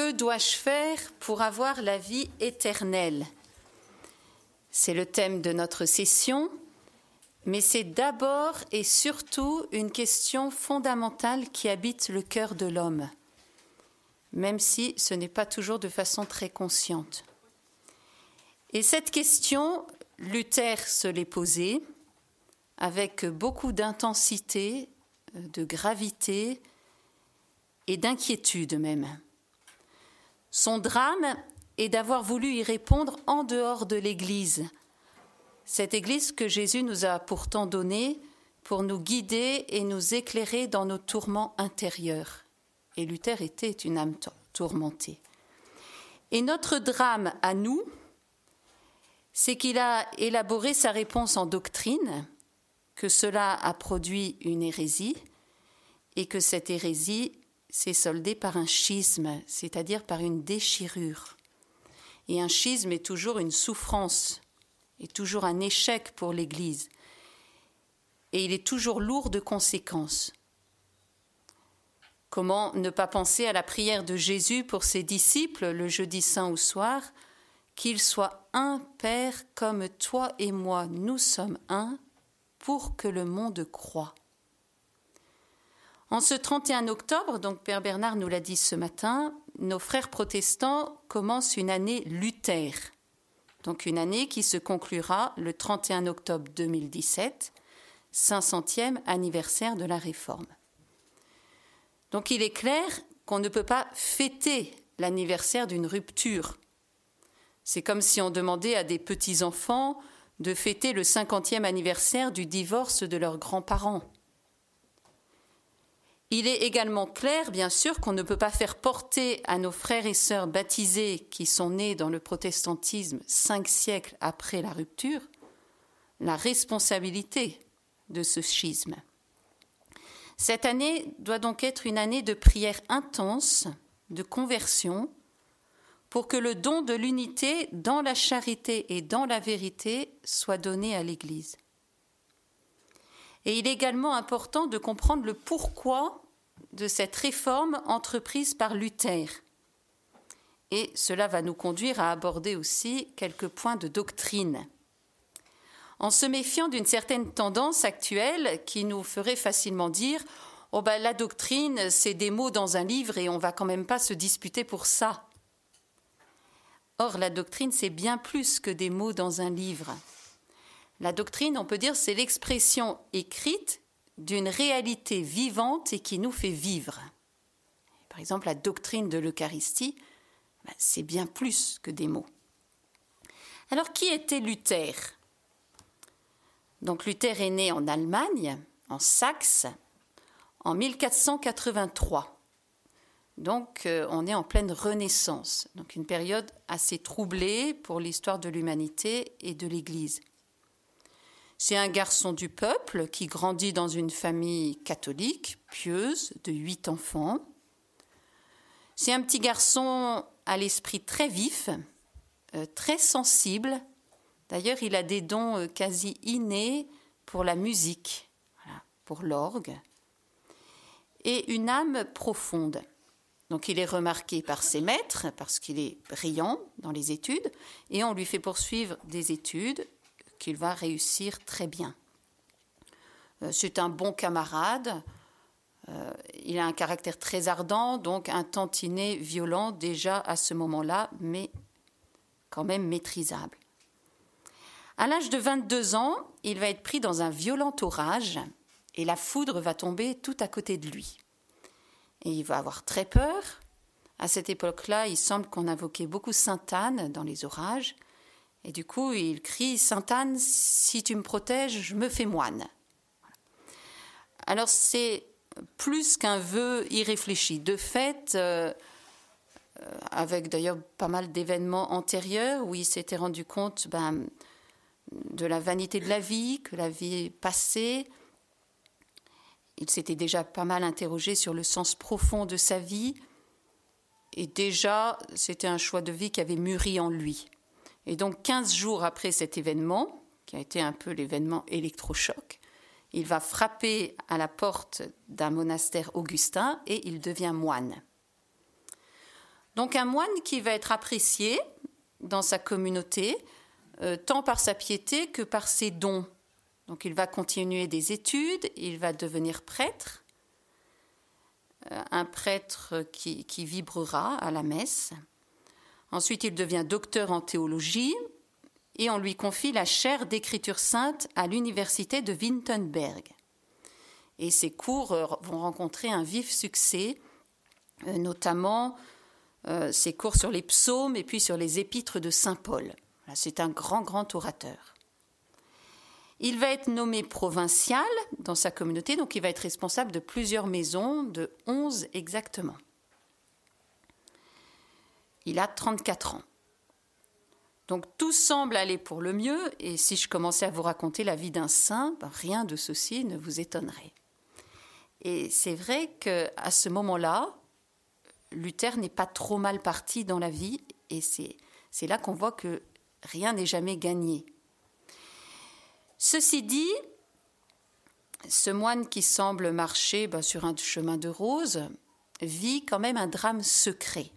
Que dois-je faire pour avoir la vie éternelle ? C'est le thème de notre session, mais c'est d'abord et surtout une question fondamentale qui habite le cœur de l'homme, même si ce n'est pas toujours de façon très consciente. Et cette question, Luther se l'est posée avec beaucoup d'intensité, de gravité et d'inquiétude même. Son drame est d'avoir voulu y répondre en dehors de l'Église. Cette Église que Jésus nous a pourtant donnée pour nous guider et nous éclairer dans nos tourments intérieurs. Et Luther était une âme tourmentée. Et notre drame à nous, c'est qu'il a élaboré sa réponse en doctrine, que cela a produit une hérésie, et que cette hérésie s'est soldée par un schisme, c'est-à-dire par une déchirure. Et un schisme est toujours une souffrance, est toujours un échec pour l'Église. Et il est toujours lourd de conséquences. Comment ne pas penser à la prière de Jésus pour ses disciples le jeudi saint au soir, qu'il soit un Père comme toi et moi, nous sommes un, pour que le monde croie. En ce 31 octobre, donc Père Bernard nous l'a dit ce matin, nos frères protestants commencent une année Luther, donc une année qui se conclura le 31 octobre 2017, 500e anniversaire de la Réforme. Donc il est clair qu'on ne peut pas fêter l'anniversaire d'une rupture. C'est comme si on demandait à des petits-enfants de fêter le 50e anniversaire du divorce de leurs grands-parents. Il est également clair, bien sûr, qu'on ne peut pas faire porter à nos frères et sœurs baptisés qui sont nés dans le protestantisme 5 siècles après la rupture, la responsabilité de ce schisme. Cette année doit donc être une année de prière intense, de conversion, pour que le don de l'unité dans la charité et dans la vérité soit donné à l'Église. Et il est également important de comprendre le pourquoi de cette réforme entreprise par Luther. Et cela va nous conduire à aborder aussi quelques points de doctrine. En se méfiant d'une certaine tendance actuelle qui nous ferait facilement dire « Oh ben, la doctrine, c'est des mots dans un livre et on ne va quand même pas se disputer pour ça ». Or, la doctrine, c'est bien plus que des mots dans un livre. La doctrine, on peut dire, c'est l'expression écrite d'une réalité vivante et qui nous fait vivre. Par exemple, la doctrine de l'Eucharistie, c'est bien plus que des mots. Alors, qui était Luther ? Donc, Luther est né en Allemagne, en Saxe, en 1483. Donc, on est en pleine Renaissance, donc une période assez troublée pour l'histoire de l'humanité et de l'Église. C'est un garçon du peuple qui grandit dans une famille catholique, pieuse, de 8 enfants. C'est un petit garçon à l'esprit très vif, très sensible. D'ailleurs, il a des dons quasi innés pour la musique, voilà, pour l'orgue, et une âme profonde. Donc, il est remarqué par ses maîtres parce qu'il est brillant dans les études, et on lui fait poursuivre des études qu'il va réussir très bien. C'est un bon camarade, il a un caractère très ardent, donc un tantinet violent déjà à ce moment-là, mais quand même maîtrisable. À l'âge de 22 ans, il va être pris dans un violent orage et la foudre va tomber tout à côté de lui. Et il va avoir très peur. À cette époque-là, il semble qu'on invoquait beaucoup Sainte Anne dans les orages. Et du coup, il crie « Sainte Anne, si tu me protèges, je me fais moine ». Alors, c'est plus qu'un vœu irréfléchi. De fait, avec d'ailleurs pas mal d'événements antérieurs où il s'était rendu compte de la vanité de la vie, que la vie est passée. Il s'était déjà pas mal interrogé sur le sens profond de sa vie. Et déjà, c'était un choix de vie qui avait mûri en lui. Et donc, 15 jours après cet événement, qui a été un peu l'événement électrochoc, il va frapper à la porte d'un monastère augustin et il devient moine. Donc un moine qui va être apprécié dans sa communauté, tant par sa piété que par ses dons. Donc il va continuer des études, il va devenir prêtre, un prêtre qui vibrera à la messe. Ensuite, il devient docteur en théologie et on lui confie la chaire d'écriture sainte à l'université de Wittenberg. Et ses cours vont rencontrer un vif succès, notamment ses cours sur les psaumes et puis sur les épîtres de saint Paul. C'est un grand orateur. Il va être nommé provincial dans sa communauté, donc il va être responsable de plusieurs maisons, de 11 exactement. Il a 34 ans. Donc tout semble aller pour le mieux, et si je commençais à vous raconter la vie d'un saint, rien de ceci ne vous étonnerait. Et c'est vrai qu'à ce moment-là, Luther n'est pas trop mal parti dans la vie, et c'est là qu'on voit que rien n'est jamais gagné. Ceci dit, ce moine qui semble marcher sur un chemin de rose vit quand même un drame secret.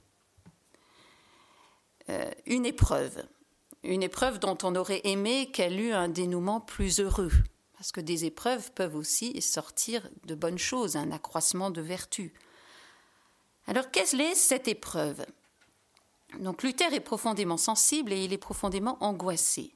Une épreuve dont on aurait aimé qu'elle eût un dénouement plus heureux, parce que des épreuves peuvent aussi sortir de bonnes choses, un accroissement de vertu. Alors, quelle est cette épreuve ? Donc, Luther est profondément sensible et il est profondément angoissé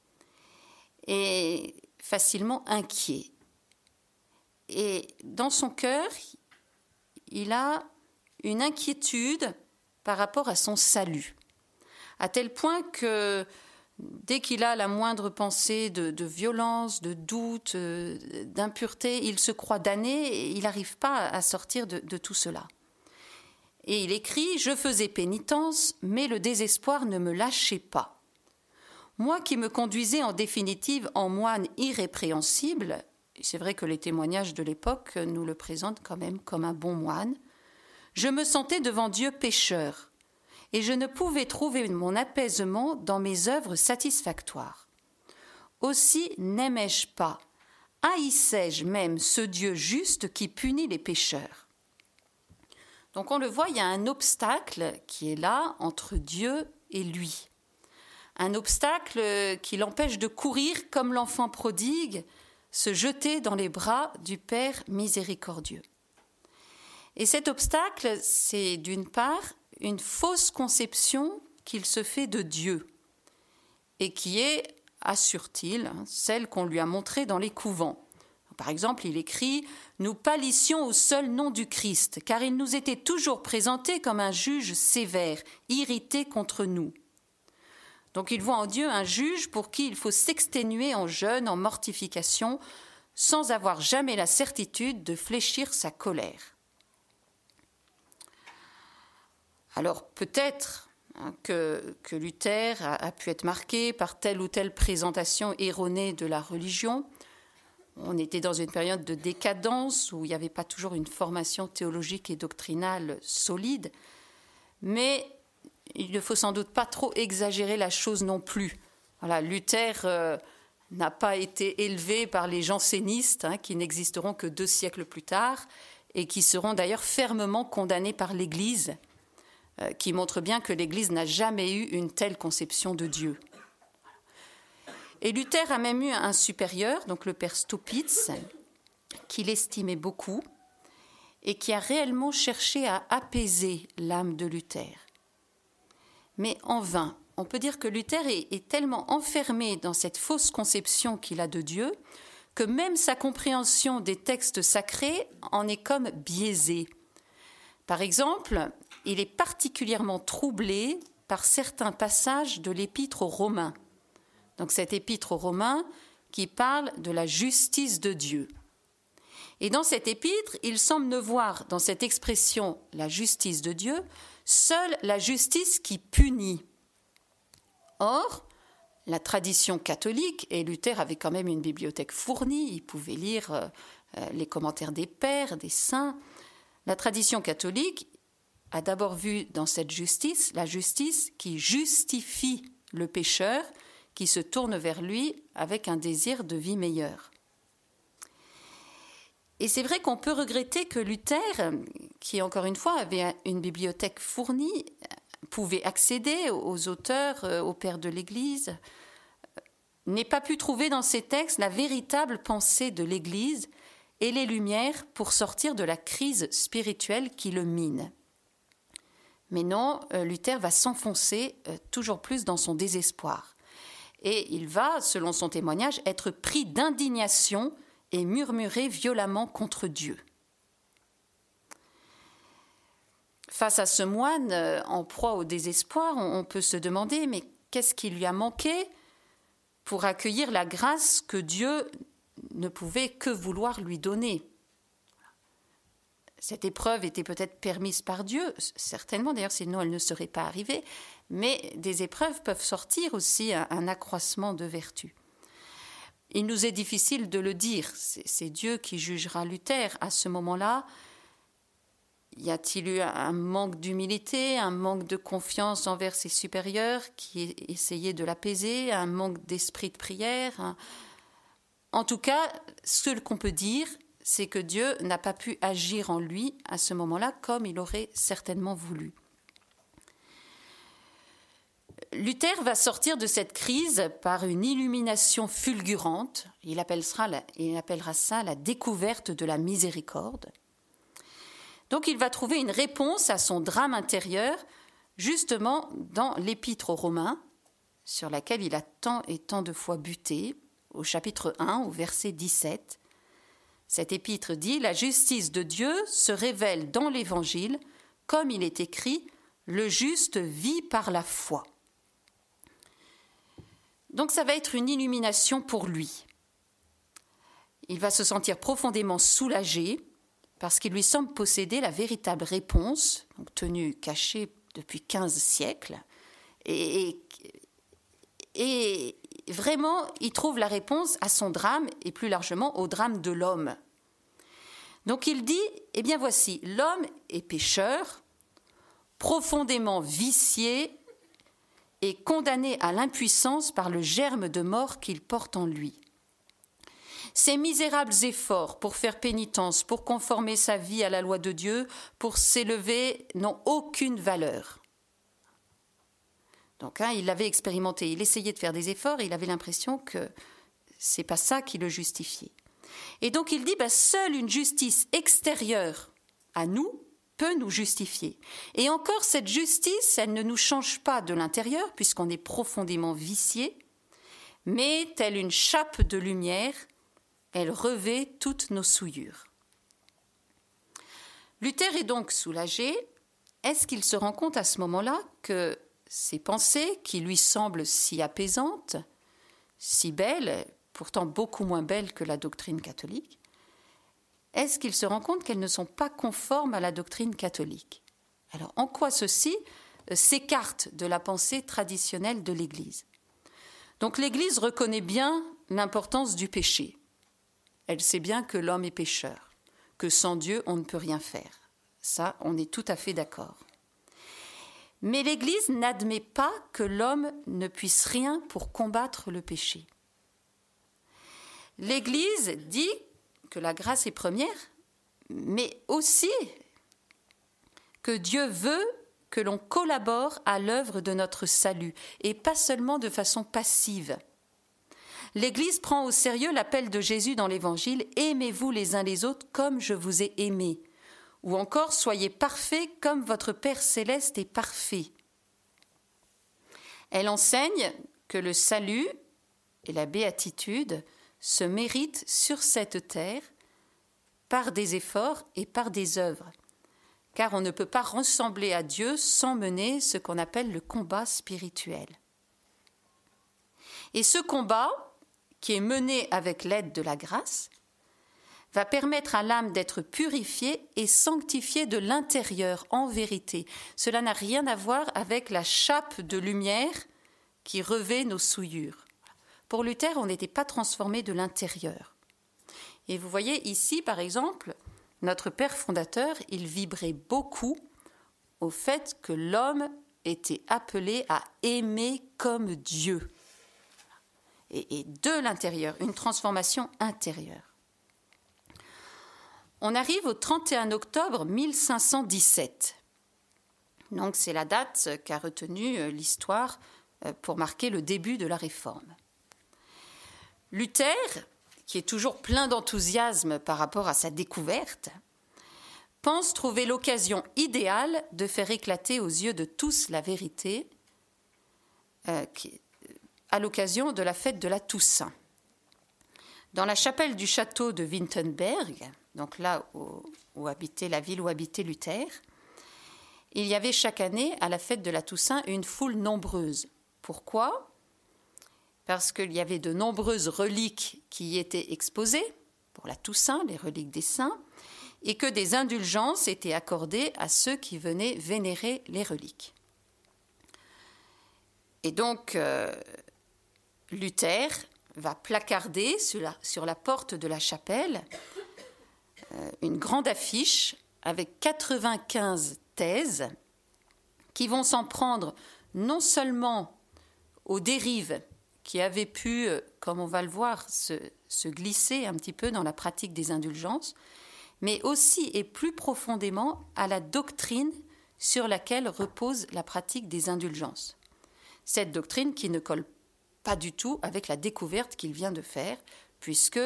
et facilement inquiet. Et dans son cœur, il a une inquiétude par rapport à son salut, à tel point que dès qu'il a la moindre pensée de violence, de doute, d'impureté, il se croit damné et il n'arrive pas à sortir de tout cela. Et il écrit « Je faisais pénitence, mais le désespoir ne me lâchait pas. Moi qui me conduisais en définitive en moine irrépréhensible, c'est vrai que les témoignages de l'époque nous le présentent quand même comme un bon moine, je me sentais devant Dieu pécheur, et je ne pouvais trouver mon apaisement dans mes œuvres satisfactoires. Aussi n'aimais-je pas, haïssais-je même ce Dieu juste qui punit les pécheurs. » Donc on le voit, il y a un obstacle qui est là entre Dieu et lui. Un obstacle qui l'empêche de courir comme l'enfant prodigue, se jeter dans les bras du Père miséricordieux. Et cet obstacle, c'est d'une part une fausse conception qu'il se fait de Dieu et qui est, assure-t-il, celle qu'on lui a montrée dans les couvents. Par exemple, il écrit « Nous pâlissions au seul nom du Christ, car il nous était toujours présenté comme un juge sévère, irrité contre nous. » Donc il voit en Dieu un juge pour qui il faut s'exténuer en jeûne, en mortification, sans avoir jamais la certitude de fléchir sa colère. Alors peut-être que Luther a pu être marqué par telle ou telle présentation erronée de la religion. On était dans une période de décadence où il n'y avait pas toujours une formation théologique et doctrinale solide, mais il ne faut sans doute pas trop exagérer la chose non plus. Voilà, Luther n'a pas été élevé par les jansénistes, qui n'existeront que 2 siècles plus tard et qui seront d'ailleurs fermement condamnés par l'Église, qui montre bien que l'Église n'a jamais eu une telle conception de Dieu. Et Luther a même eu un supérieur, donc le père Staupitz, qui l'estimait beaucoup et qui a réellement cherché à apaiser l'âme de Luther. Mais en vain. On peut dire que Luther est tellement enfermé dans cette fausse conception qu'il a de Dieu que même sa compréhension des textes sacrés en est comme biaisée. Par exemple, il est particulièrement troublé par certains passages de l'épître aux Romains. Donc cette épître aux Romains qui parle de la justice de Dieu. Et dans cette épître, il semble ne voir dans cette expression « la justice de Dieu » seule la justice qui punit. Or, la tradition catholique, et Luther avait quand même une bibliothèque fournie, il pouvait lire les commentaires des pères, des saints, la tradition catholique a d'abord vu dans cette justice la justice qui justifie le pécheur, qui se tourne vers lui avec un désir de vie meilleure. Et c'est vrai qu'on peut regretter que Luther, qui encore une fois avait une bibliothèque fournie, pouvait accéder aux auteurs, aux pères de l'Église, n'ait pas pu trouver dans ces textes la véritable pensée de l'Église et les lumières pour sortir de la crise spirituelle qui le mine. Mais non, Luther va s'enfoncer toujours plus dans son désespoir. Et il va, selon son témoignage, être pris d'indignation et murmurer violemment contre Dieu. Face à ce moine en proie au désespoir, on peut se demander, mais qu'est-ce qui lui a manqué pour accueillir la grâce que Dieu ne pouvait que vouloir lui donner? Cette épreuve était peut-être permise par Dieu, certainement, d'ailleurs sinon elle ne serait pas arrivée, mais des épreuves peuvent sortir aussi un accroissement de vertu. Il nous est difficile de le dire, c'est Dieu qui jugera Luther à ce moment-là. Y a-t-il eu un manque d'humilité, un manque de confiance envers ses supérieurs qui essayaient de l'apaiser, un manque d'esprit de prière? En tout cas, ce qu'on peut dire, c'est que Dieu n'a pas pu agir en lui à ce moment-là comme il aurait certainement voulu. Luther va sortir de cette crise par une illumination fulgurante. Il appellera ça la découverte de la miséricorde. Donc il va trouver une réponse à son drame intérieur, justement dans l'Épître aux Romains, sur laquelle il a tant et tant de fois buté, au chapitre 1, au verset 17. Cet épître dit « La justice de Dieu se révèle dans l'Évangile, comme il est écrit, le juste vit par la foi. » Donc ça va être une illumination pour lui. Il va se sentir profondément soulagé parce qu'il lui semble posséder la véritable réponse, donc tenue cachée depuis 15 siècles, et vraiment, il trouve la réponse à son drame et plus largement au drame de l'homme. Donc il dit, eh bien voici, l'homme est pécheur, profondément vicié et condamné à l'impuissance par le germe de mort qu'il porte en lui. Ses misérables efforts pour faire pénitence, pour conformer sa vie à la loi de Dieu, pour s'élever, n'ont aucune valeur. Donc il l'avait expérimenté, il essayait de faire des efforts et il avait l'impression que c'est pas ça qui le justifiait. Et donc il dit, seule une justice extérieure à nous peut nous justifier. Et encore, cette justice, elle ne nous change pas de l'intérieur, puisqu'on est profondément vicié, mais telle une chape de lumière, elle revêt toutes nos souillures. Luther est donc soulagé. Est-ce qu'il se rend compte à ce moment-là que ces pensées, qui lui semblent si apaisantes, si belles, pourtant beaucoup moins belles que la doctrine catholique, est-ce qu'il se rend compte qu'elles ne sont pas conformes à la doctrine catholique? Alors, en quoi ceci s'écarte de la pensée traditionnelle de l'Église? Donc, l'Église reconnaît bien l'importance du péché. Elle sait bien que l'homme est pécheur, que sans Dieu, on ne peut rien faire. Ça, on est tout à fait d'accord. Mais l'Église n'admet pas que l'homme ne puisse rien pour combattre le péché. L'Église dit que la grâce est première, mais aussi que Dieu veut que l'on collabore à l'œuvre de notre salut, et pas seulement de façon passive. L'Église prend au sérieux l'appel de Jésus dans l'Évangile « Aimez-vous les uns les autres comme je vous ai aimés » ou encore « Soyez parfaits comme votre Père céleste est parfait ». Elle enseigne que le salut et la béatitude se méritent sur cette terre par des efforts et par des œuvres, car on ne peut pas ressembler à Dieu sans mener ce qu'on appelle le combat spirituel. Et ce combat, qui est mené avec l'aide de la grâce, va permettre à l'âme d'être purifiée et sanctifiée de l'intérieur en vérité. Cela n'a rien à voir avec la chape de lumière qui revêt nos souillures. Pour Luther, on n'était pas transformé de l'intérieur. Et vous voyez ici, par exemple, notre père fondateur, il vibrait beaucoup au fait que l'homme était appelé à aimer comme Dieu. Et de l'intérieur, une transformation intérieure. On arrive au 31 octobre 1517. Donc c'est la date qu'a retenue l'histoire pour marquer le début de la Réforme. Luther, qui est toujours plein d'enthousiasme par rapport à sa découverte, pense trouver l'occasion idéale de faire éclater aux yeux de tous la vérité à l'occasion de la fête de la Toussaint. Dans la chapelle du château de Wittenberg, donc là où habitait la ville où habitait Luther, il y avait chaque année à la fête de la Toussaint une foule nombreuse. Pourquoi ? Parce qu'il y avait de nombreuses reliques qui y étaient exposées pour la Toussaint, les reliques des saints, et que des indulgences étaient accordées à ceux qui venaient vénérer les reliques. Et donc, Luther va placarder sur la porte de la chapelle une grande affiche avec 95 thèses qui vont s'en prendre non seulement aux dérives qui avaient pu, comme on va le voir, se glisser un petit peu dans la pratique des indulgences, mais aussi et plus profondément à la doctrine sur laquelle repose la pratique des indulgences. Cette doctrine qui ne colle pas du tout avec la découverte qu'il vient de faire, puisque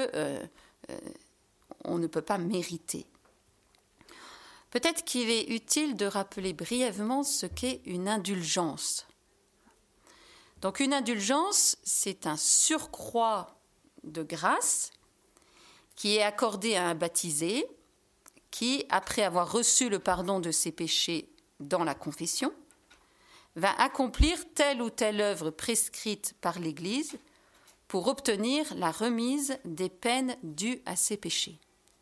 on ne peut pas mériter. Peut-être qu'il est utile de rappeler brièvement ce qu'est une indulgence. Donc une indulgence, c'est un surcroît de grâce qui est accordé à un baptisé qui, après avoir reçu le pardon de ses péchés dans la confession, va accomplir telle ou telle œuvre prescrite par l'Église pour obtenir la remise des peines dues à ses péchés.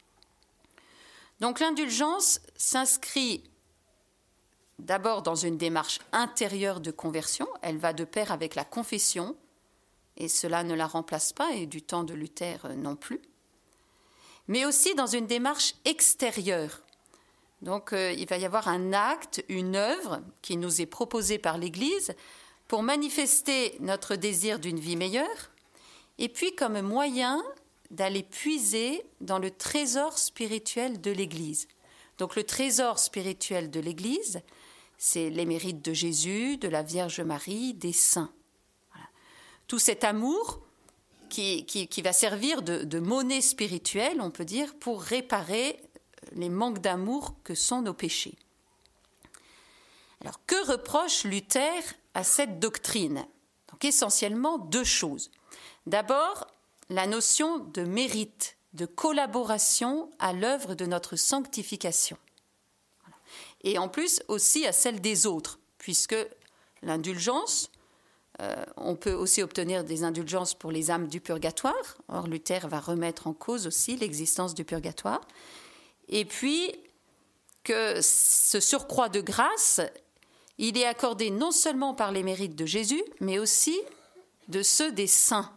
Donc l'indulgence s'inscrit d'abord dans une démarche intérieure de conversion, elle va de pair avec la confession, et cela ne la remplace pas, et du temps de Luther non plus, mais aussi dans une démarche extérieure. Donc il va y avoir un acte, une œuvre qui nous est proposée par l'Église pour manifester notre désir d'une vie meilleure, et puis comme moyen d'aller puiser dans le trésor spirituel de l'Église. Donc le trésor spirituel de l'Église, c'est les mérites de Jésus, de la Vierge Marie, des saints. Voilà. Tout cet amour qui va servir de monnaie spirituelle, on peut dire, pour réparer les manques d'amour que sont nos péchés. Alors, que reproche Luther à cette doctrine ? Donc, essentiellement deux choses. D'abord, la notion de mérite, de collaboration à l'œuvre de notre sanctification. Voilà. Et en plus aussi à celle des autres, puisque l'indulgence, on peut aussi obtenir des indulgences pour les âmes du purgatoire. Or, Luther va remettre en cause aussi l'existence du purgatoire. Et puis, que ce surcroît de grâce, il est accordé non seulement par les mérites de Jésus, mais aussi de ceux des saints.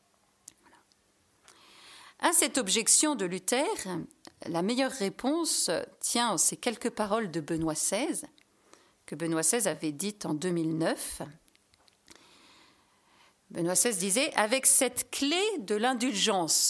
À cette objection de Luther, la meilleure réponse tient en ces quelques paroles de Benoît XVI, que Benoît XVI avait dites en 2009. Benoît XVI disait « Avec cette clé de l'indulgence »,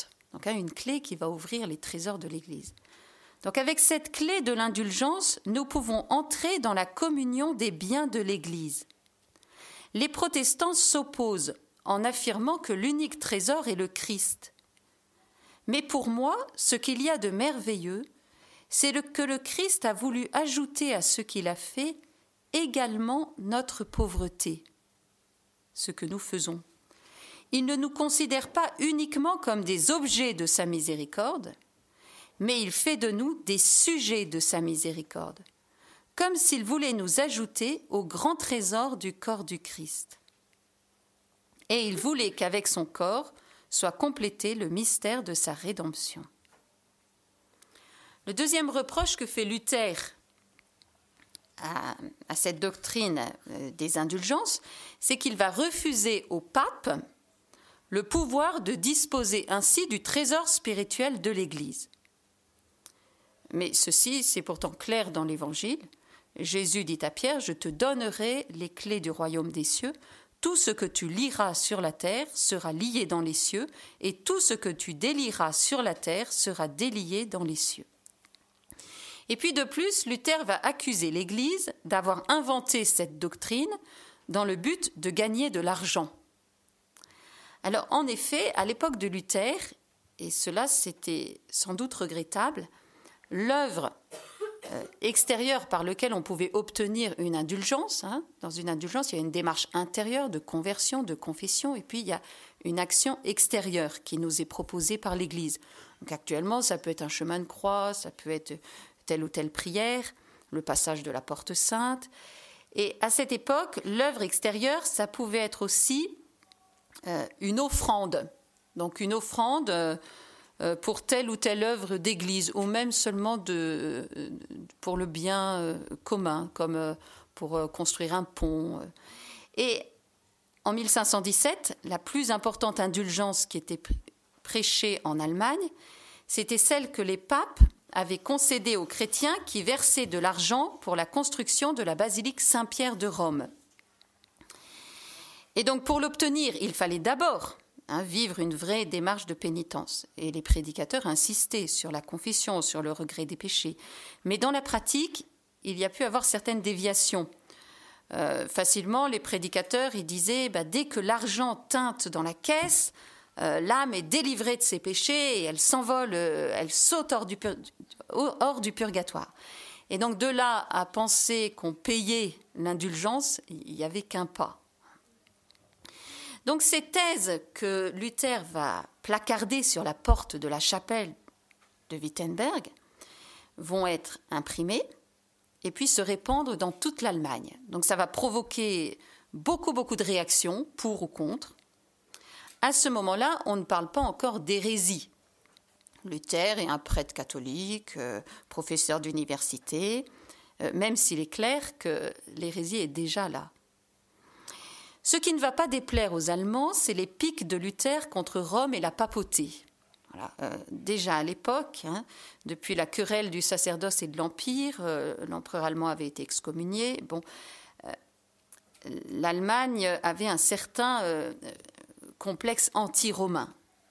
donc une clé qui va ouvrir les trésors de l'Église. Donc avec cette clé de l'indulgence, nous pouvons entrer dans la communion des biens de l'Église. Les protestants s'opposent en affirmant que l'unique trésor est le Christ. Mais pour moi, ce qu'il y a de merveilleux, c'est que le Christ a voulu ajouter à ce qu'il a fait également notre pauvreté, ce que nous faisons. Il ne nous considère pas uniquement comme des objets de sa miséricorde, mais il fait de nous des sujets de sa miséricorde, comme s'il voulait nous ajouter au grand trésor du corps du Christ. Et il voulait qu'avec son corps soit complété le mystère de sa rédemption. Le deuxième reproche que fait Luther à cette doctrine des indulgences, c'est qu'il va refuser au pape le pouvoir de disposer ainsi du trésor spirituel de l'Église. Mais ceci, c'est pourtant clair dans l'Évangile. Jésus dit à Pierre, « Je te donnerai les clés du royaume des cieux. Tout ce que tu lieras sur la terre sera lié dans les cieux, et tout ce que tu délieras sur la terre sera délié dans les cieux. » Et puis de plus, Luther va accuser l'Église d'avoir inventé cette doctrine dans le but de gagner de l'argent. Alors en effet, à l'époque de Luther, et cela c'était sans doute regrettable, l'œuvre extérieure par laquelle on pouvait obtenir une indulgence, dans une indulgence il y a une démarche intérieure de conversion, de confession, et puis il y a une action extérieure qui nous est proposée par l'Église. Donc actuellement ça peut être un chemin de croix, ça peut être telle ou telle prière, le passage de la porte sainte. Et à cette époque, l'œuvre extérieure, ça pouvait être aussi une offrande. Donc une offrande pour telle ou telle œuvre d'église, ou même seulement pour le bien commun, comme pour construire un pont. Et en 1517, la plus importante indulgence qui était prêchée en Allemagne, c'était celle que les papes avait concédé aux chrétiens qui versaient de l'argent pour la construction de la basilique Saint-Pierre de Rome. Et donc pour l'obtenir, il fallait d'abord vivre une vraie démarche de pénitence. Et les prédicateurs insistaient sur la confession, sur le regret des péchés. Mais dans la pratique, il y a pu avoir certaines déviations. Facilement, les prédicateurs ils disaient dès que l'argent teinte dans la caisse, l'âme est délivrée de ses péchés et elle s'envole, elle saute hors du purgatoire. Et donc de là à penser qu'on payait l'indulgence, il n'y avait qu'un pas. Donc ces thèses que Luther va placarder sur la porte de la chapelle de Wittenberg vont être imprimées et puis se répandre dans toute l'Allemagne. Donc ça va provoquer beaucoup de réactions pour ou contre. À ce moment-là, on ne parle pas encore d'hérésie. Luther est un prêtre catholique, professeur d'université, même s'il est clair que l'hérésie est déjà là. Ce qui ne va pas déplaire aux Allemands, c'est les piques de Luther contre Rome et la papauté. Voilà, déjà à l'époque, depuis la querelle du sacerdoce et de l'Empire, l'empereur allemand avait été excommunié. L'Allemagne avait un certain complexe anti-romain.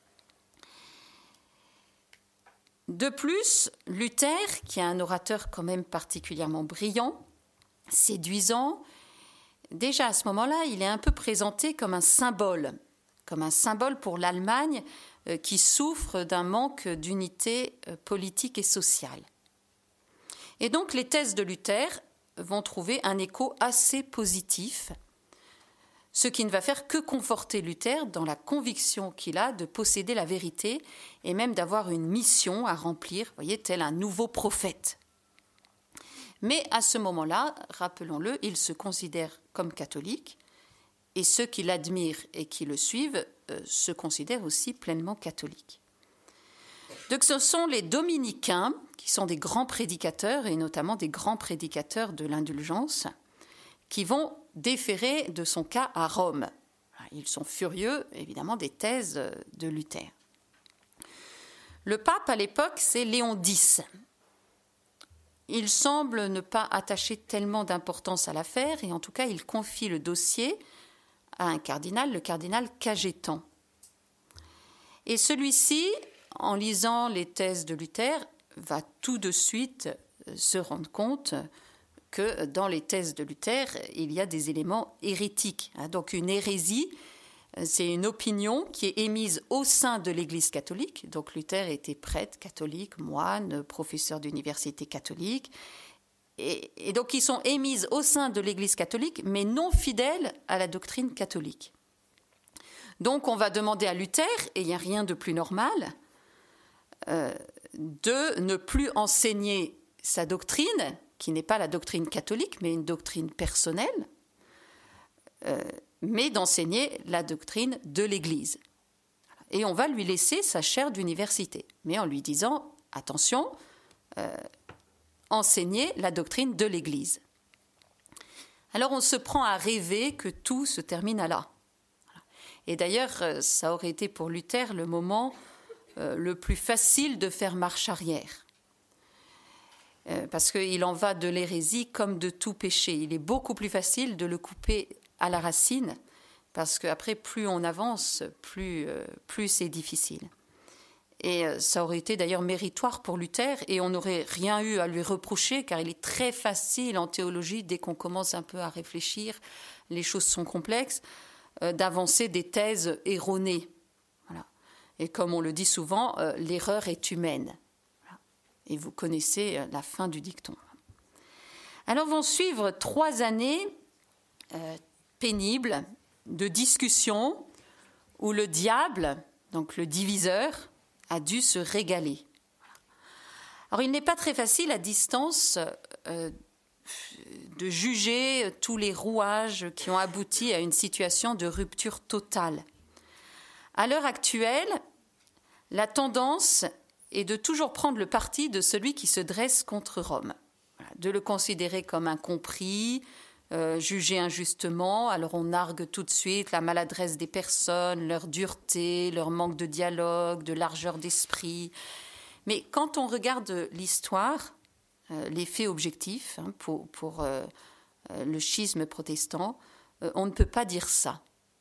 De plus, Luther, qui est un orateur quand même particulièrement brillant, séduisant, déjà à ce moment-là, il est un peu présenté comme un symbole pour l'Allemagne qui souffre d'un manque d'unité politique et sociale. Et donc les thèses de Luther vont trouver un écho assez positif, ce qui ne va faire que conforter Luther dans la conviction qu'il a de posséder la vérité et même d'avoir une mission à remplir, voyez, tel un nouveau prophète. Mais à ce moment-là, rappelons-le, il se considère comme catholique et ceux qui l'admirent et qui le suivent se considèrent aussi pleinement catholiques. Donc ce sont les dominicains qui sont des grands prédicateurs et notamment des grands prédicateurs de l'indulgence qui vont déférer de son cas à Rome. Ils sont furieux, évidemment, des thèses de Luther. Le pape, à l'époque, c'est Léon X. Il semble ne pas attacher tellement d'importance à l'affaire, et en tout cas, il confie le dossier à un cardinal, le cardinal Cajetan. Et celui-ci, en lisant les thèses de Luther, va tout de suite se rendre compte que dans les thèses de Luther, il y a des éléments hérétiques. Donc une hérésie, c'est une opinion qui est émise au sein de l'Église catholique. Donc Luther était prêtre catholique, moine, professeur d'université catholique. Et donc ils sont émises au sein de l'Église catholique, mais non fidèles à la doctrine catholique. Donc on va demander à Luther, et il n'y a rien de plus normal, de ne plus enseigner sa doctrine, qui n'est pas la doctrine catholique, mais une doctrine personnelle, mais d'enseigner la doctrine de l'Église. Et on va lui laisser sa chaire d'université, mais en lui disant, attention, enseignez la doctrine de l'Église. Alors on se prend à rêver que tout se termine à là. Et d'ailleurs, ça aurait été pour Luther le moment le plus facile de faire marche arrière. Parce qu'il en va de l'hérésie comme de tout péché. Il est beaucoup plus facile de le couper à la racine, parce qu'après, plus on avance, plus c'est difficile. Et ça aurait été d'ailleurs méritoire pour Luther, et on n'aurait rien eu à lui reprocher, car il est très facile en théologie, dès qu'on commence un peu à réfléchir, les choses sont complexes, d'avancer des thèses erronées. Voilà. Et comme on le dit souvent, l'erreur est humaine. Voilà. Et vous connaissez la fin du dicton. Alors vont suivre 3 années pénibles de discussions où le diable, donc le diviseur, a dû se régaler. Alors il n'est pas très facile à distance de juger tous les rouages qui ont abouti à une situation de rupture totale. À l'heure actuelle, la tendance est de toujours prendre le parti de celui qui se dresse contre Rome, de le considérer comme incompris, jugé injustement. Alors on nargue tout de suite la maladresse des personnes, leur dureté, leur manque de dialogue, de largeur d'esprit. Mais quand on regarde l'histoire, les faits objectifs pour le schisme protestant, on ne peut pas dire ça.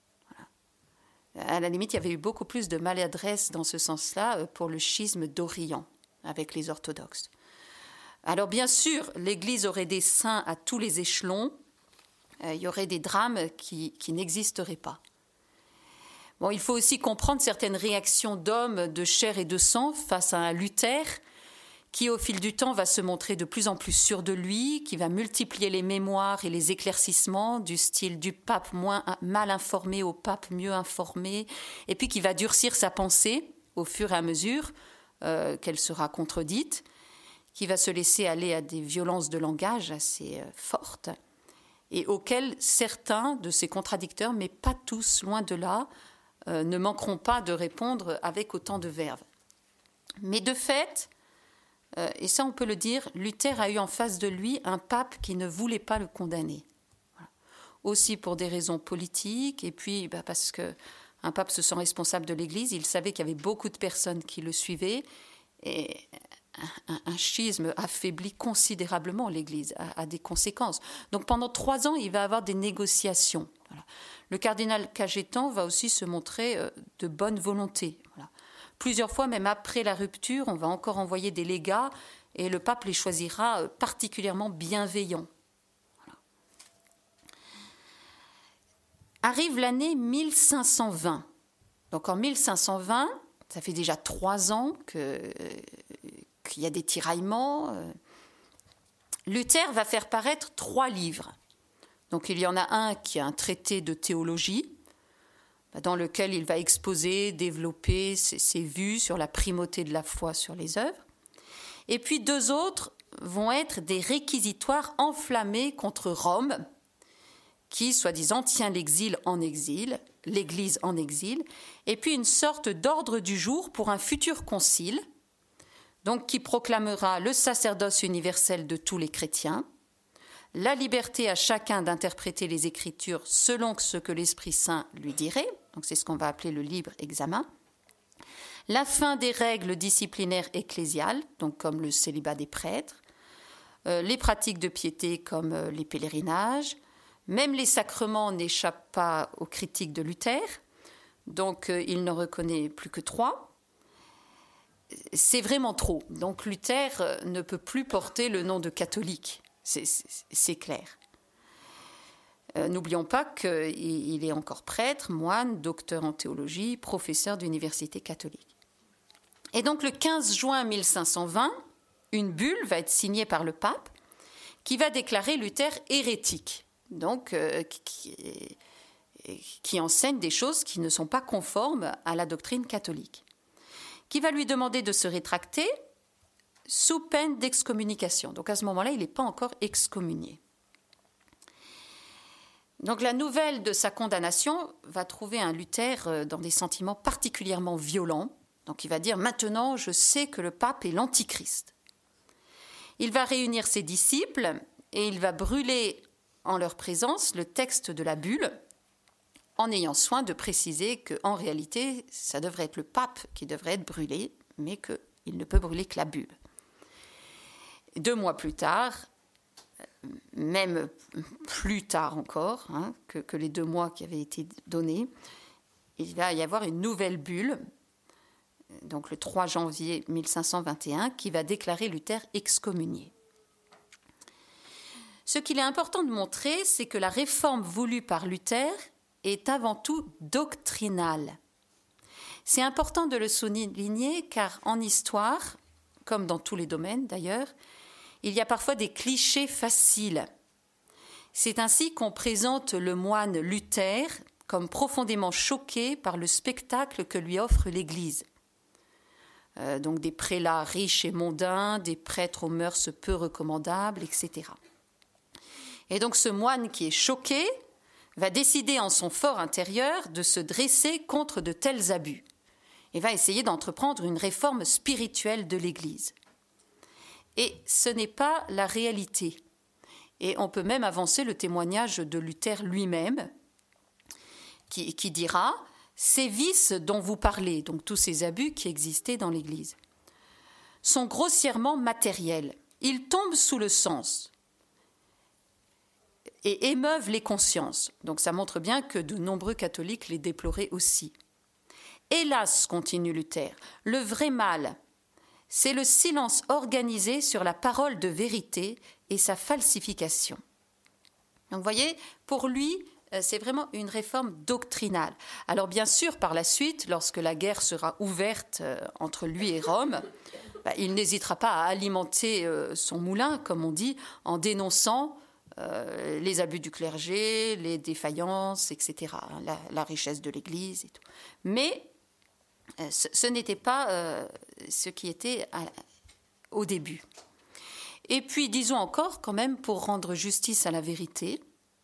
Voilà. À la limite, il y avait eu beaucoup plus de maladresse dans ce sens-là pour le schisme d'Orient avec les orthodoxes. Alors bien sûr, l'Église aurait des saints à tous les échelons, il y aurait des drames qui n'existeraient pas. Bon, il faut aussi comprendre certaines réactions d'hommes de chair et de sang face à un Luther qui, au fil du temps, va se montrer de plus en plus sûr de lui, qui va multiplier les mémoires et les éclaircissements du style du pape mal informé au pape mieux informé, et puis qui va durcir sa pensée au fur et à mesure qu'elle sera contredite, qui va se laisser aller à des violences de langage assez fortes, et auxquelles certains de ses contradicteurs, mais pas tous, loin de là, ne manqueront pas de répondre avec autant de verve. Mais de fait, et ça on peut le dire, Luther a eu en face de lui un pape qui ne voulait pas le condamner. Voilà. Aussi pour des raisons politiques, et puis parce qu'un pape se sent responsable de l'Église, il savait qu'il y avait beaucoup de personnes qui le suivaient, et un schisme affaiblit considérablement l'Église, a des conséquences. Donc pendant 3 ans, il va avoir des négociations. Voilà. Le cardinal Cajetan va aussi se montrer de bonne volonté. Voilà. Plusieurs fois, même après la rupture, on va encore envoyer des légats et le pape les choisira particulièrement bienveillants. Voilà. Arrive l'année 1520. Donc en 1520, ça fait déjà 3 ans qu'il y a des tiraillements. Luther va faire paraître 3 livres. Donc il y en a un qui est un traité de théologie, dans lequel il va exposer, développer ses vues sur la primauté de la foi sur les œuvres. Et puis 2 autres vont être des réquisitoires enflammés contre Rome, qui, soi-disant, tient l'Église en exil, et puis une sorte d'ordre du jour pour un futur concile, donc qui proclamera le sacerdoce universel de tous les chrétiens, la liberté à chacun d'interpréter les Écritures selon ce que l'Esprit Saint lui dirait, donc c'est ce qu'on va appeler le libre examen, la fin des règles disciplinaires ecclésiales, donc comme le célibat des prêtres, les pratiques de piété comme les pèlerinages, même les sacrements n'échappent pas aux critiques de Luther, donc il n'en reconnaît plus que 3. C'est vraiment trop. Donc Luther ne peut plus porter le nom de catholique, c'est clair. N'oublions pas qu'il est encore prêtre, moine, docteur en théologie, professeur d'université catholique. Et donc le 15 juin 1520, une bulle va être signée par le pape qui va déclarer Luther hérétique, donc qui enseigne des choses qui ne sont pas conformes à la doctrine catholique, qui va lui demander de se rétracter sous peine d'excommunication. Donc à ce moment-là, il n'est pas encore excommunié. Donc la nouvelle de sa condamnation va trouver un Luther dans des sentiments particulièrement violents. Donc il va dire « Maintenant, je sais que le pape est l'antichrist ». Il va réunir ses disciples et il va brûler en leur présence le texte de la bulle, en ayant soin de préciser qu'en réalité, ça devrait être le pape qui devrait être brûlé, mais qu'il ne peut brûler que la bulle. 2 mois plus tard, même plus tard encore que les 2 mois qui avaient été donnés, il va y avoir une nouvelle bulle donc le 3 janvier 1521, qui va déclarer Luther excommunié. Ce qu'il est important de montrer, c'est que la réforme voulue par Luther est avant tout doctrinale. C'est important de le souligner car en histoire, comme dans tous les domaines d'ailleurs, il y a parfois des clichés faciles. C'est ainsi qu'on présente le moine Luther comme profondément choqué par le spectacle que lui offre l'Église. Donc des prélats riches et mondains, des prêtres aux mœurs peu recommandables, etc. Et donc ce moine qui est choqué va décider en son fort intérieur de se dresser contre de tels abus et va essayer d'entreprendre une réforme spirituelle de l'Église. Et ce n'est pas la réalité. Et on peut même avancer le témoignage de Luther lui-même, qui dira « Ces vices dont vous parlez, donc tous ces abus qui existaient dans l'Église, sont grossièrement matériels. Ils tombent sous le sens et émeuvent les consciences. » Donc ça montre bien que de nombreux catholiques les déploraient aussi. « Hélas, continue Luther, le vrai mal, c'est le silence organisé sur la parole de vérité et sa falsification. » Donc vous voyez, pour lui, c'est vraiment une réforme doctrinale. Alors bien sûr, par la suite, lorsque la guerre sera ouverte entre lui et Rome, il n'hésitera pas à alimenter son moulin, comme on dit, en dénonçant les abus du clergé, les défaillances, etc., la richesse de l'Église et tout. Mais ce n'était pas ce qui était au début. Et puis, disons encore, quand même, pour rendre justice à la vérité,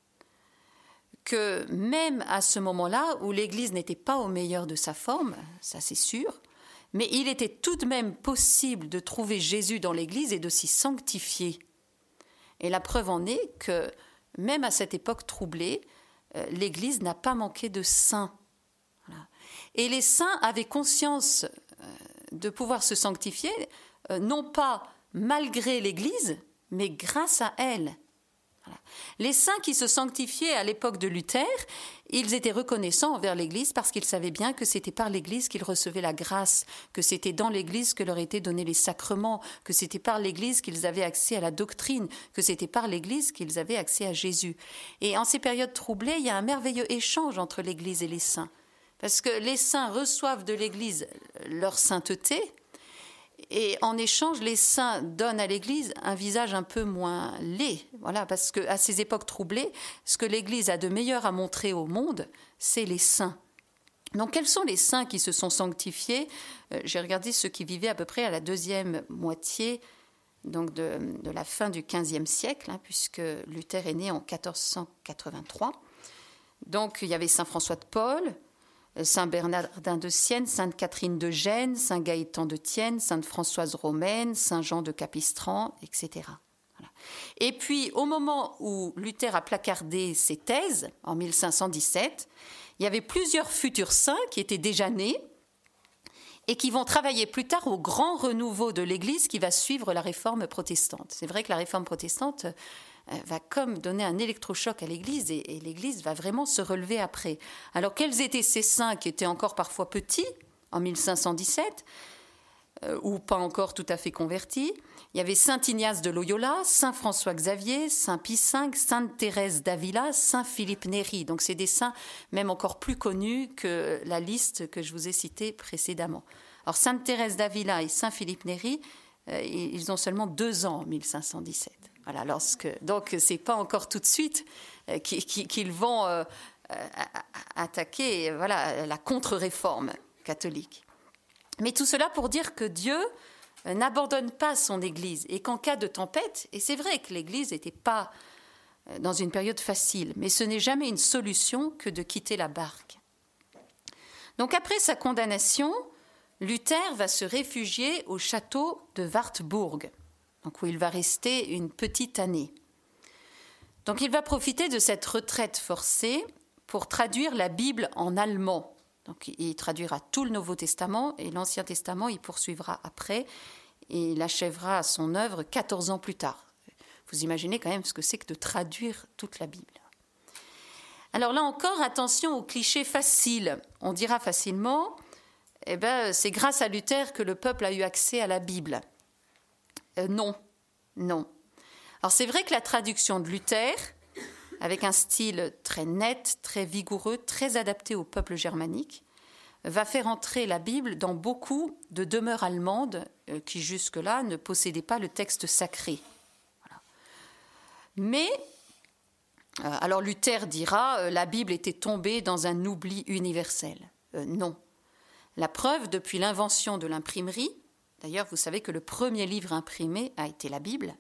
que même à ce moment-là, où l'Église n'était pas au meilleur de sa forme, ça c'est sûr, mais il était tout de même possible de trouver Jésus dans l'Église et de s'y sanctifier. Et la preuve en est que, même à cette époque troublée, l'Église n'a pas manqué de saints. Voilà. Et les saints avaient conscience de pouvoir se sanctifier, non pas malgré l'Église, mais grâce à elle. Voilà. Les saints qui se sanctifiaient à l'époque de Luther, ils étaient reconnaissants envers l'Église parce qu'ils savaient bien que c'était par l'Église qu'ils recevaient la grâce, que c'était dans l'Église que leur étaient donnés les sacrements, que c'était par l'Église qu'ils avaient accès à la doctrine, que c'était par l'Église qu'ils avaient accès à Jésus. Et en ces périodes troublées, il y a un merveilleux échange entre l'Église et les saints. Parce que les saints reçoivent de l'Église leur sainteté, et en échange, les saints donnent à l'Église un visage un peu moins laid. Voilà, parce qu'à ces époques troublées, ce que l'Église a de meilleur à montrer au monde, c'est les saints. Donc, quels sont les saints qui se sont sanctifiés ? J'ai regardé ceux qui vivaient à peu près à la deuxième moitié donc de la fin du XVe siècle, puisque Luther est né en 1483. Donc, il y avait saint François de Paule, Saint Bernardin de Sienne, Sainte Catherine de Gênes, Saint Gaëtan de Thiène, Sainte Françoise Romaine, Saint Jean de Capistran, etc. Voilà. Et puis, au moment où Luther a placardé ses thèses, en 1517, il y avait plusieurs futurs saints qui étaient déjà nés et qui vont travailler plus tard au grand renouveau de l'Église qui va suivre la réforme protestante. C'est vrai que la réforme protestante va comme donner un électrochoc à l'Église et l'Église va vraiment se relever après. Alors, quels étaient ces saints qui étaient encore parfois petits, en 1517, ou pas encore tout à fait convertis ? Il y avait saint Ignace de Loyola, saint François Xavier, saint Pie V, sainte Thérèse d'Avila, saint Philippe Néri. Donc, c'est des saints même encore plus connus que la liste que je vous ai citée précédemment. Alors, sainte Thérèse d'Avila et saint Philippe Néri, ils ont seulement 2 ans en 1517. Voilà, donc, ce n'est pas encore tout de suite qu'ils vont attaquer la contre-réforme catholique. Mais tout cela pour dire que Dieu n'abandonne pas son Église et qu'en cas de tempête, et c'est vrai que l'Église n'était pas dans une période facile, mais ce n'est jamais une solution que de quitter la barque. Donc après sa condamnation, Luther va se réfugier au château de Wartburg, donc où il va rester une petite année. Donc il va profiter de cette retraite forcée pour traduire la Bible en allemand. Donc il traduira tout le Nouveau Testament et l'Ancien Testament, il poursuivra après et il achèvera son œuvre 14 ans plus tard. Vous imaginez quand même ce que c'est que de traduire toute la Bible. Alors là encore, attention aux clichés faciles. On dira facilement Eh bien, c'est grâce à Luther que le peuple a eu accès à la Bible. Non. Alors c'est vrai que la traduction de Luther, avec un style très net, très vigoureux, très adapté au peuple germanique, va faire entrer la Bible dans beaucoup de demeures allemandes qui jusque-là ne possédaient pas le texte sacré. Voilà. Mais, alors Luther dira, la Bible était tombée dans un oubli universel. Non. La preuve, depuis l'invention de l'imprimerie, d'ailleurs vous savez que le premier livre imprimé a été la Bible.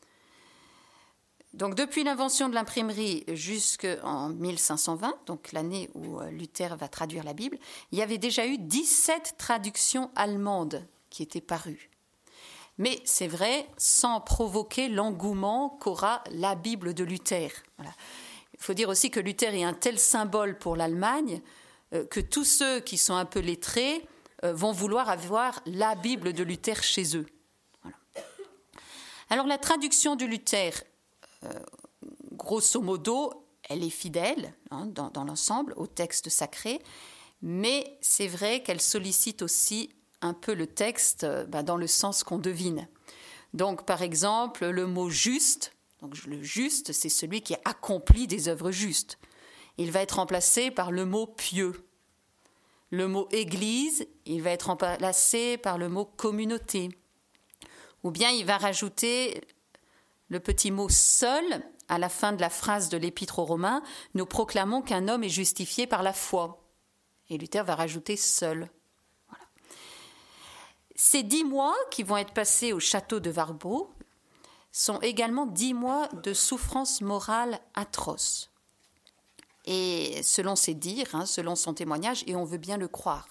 Donc depuis l'invention de l'imprimerie jusqu'en 1520, donc l'année où Luther va traduire la Bible, il y avait déjà eu 17 traductions allemandes qui étaient parues. Mais c'est vrai, sans provoquer l'engouement qu'aura la Bible de Luther. Voilà. Il faut dire aussi que Luther est un tel symbole pour l'Allemagne que tous ceux qui sont un peu lettrés vont vouloir avoir la Bible de Luther chez eux. Voilà. Alors la traduction de Luther, grosso modo, elle est fidèle dans l'ensemble au texte sacré, mais c'est vrai qu'elle sollicite aussi un peu le texte dans le sens qu'on devine. Donc par exemple, le mot juste, donc le juste, c'est celui qui accomplit des œuvres justes. Il va être remplacé par le mot pieux. Le mot église, il va être remplacé par le mot communauté. Ou bien il va rajouter le petit mot seul à la fin de la phrase de l'Épître aux Romains, nous proclamons qu'un homme est justifié par la foi. Et Luther va rajouter seul. Voilà. Ces 10 mois qui vont être passés au château de Wartburg sont également 10 mois de souffrance morale atroce. Et selon ses dires, selon son témoignage, et on veut bien le croire,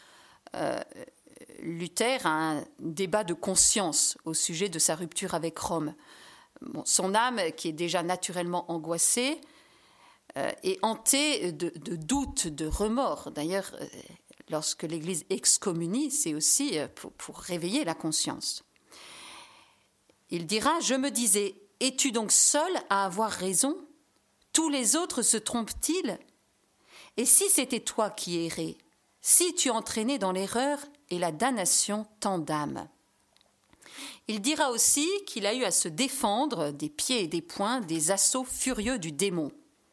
Luther a un débat de conscience au sujet de sa rupture avec Rome. Bon, son âme, qui est déjà naturellement angoissée, est hantée de doutes, de remords. D'ailleurs, lorsque l'Église excommunie, c'est aussi pour réveiller la conscience. Il dira « Je me disais, es-tu donc seul à avoir raison ? Tous les autres se trompent-ils ? Et si c'était toi qui errais, si tu entraînais dans l'erreur et la damnation tant d'âmes ?» Il dira aussi qu'il a eu à se défendre des pieds et des poings des assauts furieux du démon.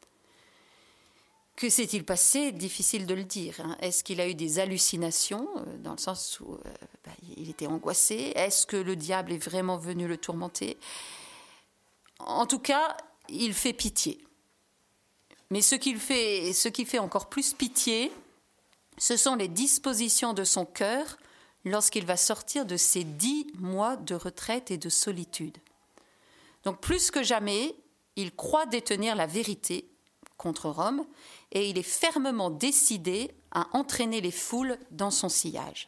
Que s'est-il passé ? Difficile de le dire. Est-ce qu'il a eu des hallucinations, dans le sens où il était angoissé ? Est-ce que le diable est vraiment venu le tourmenter ? En tout cas, il fait pitié. Mais ce qui fait encore plus pitié, ce sont les dispositions de son cœur lorsqu'il va sortir de ces 10 mois de retraite et de solitude. Donc plus que jamais, il croit détenir la vérité contre Rome et il est fermement décidé à entraîner les foules dans son sillage.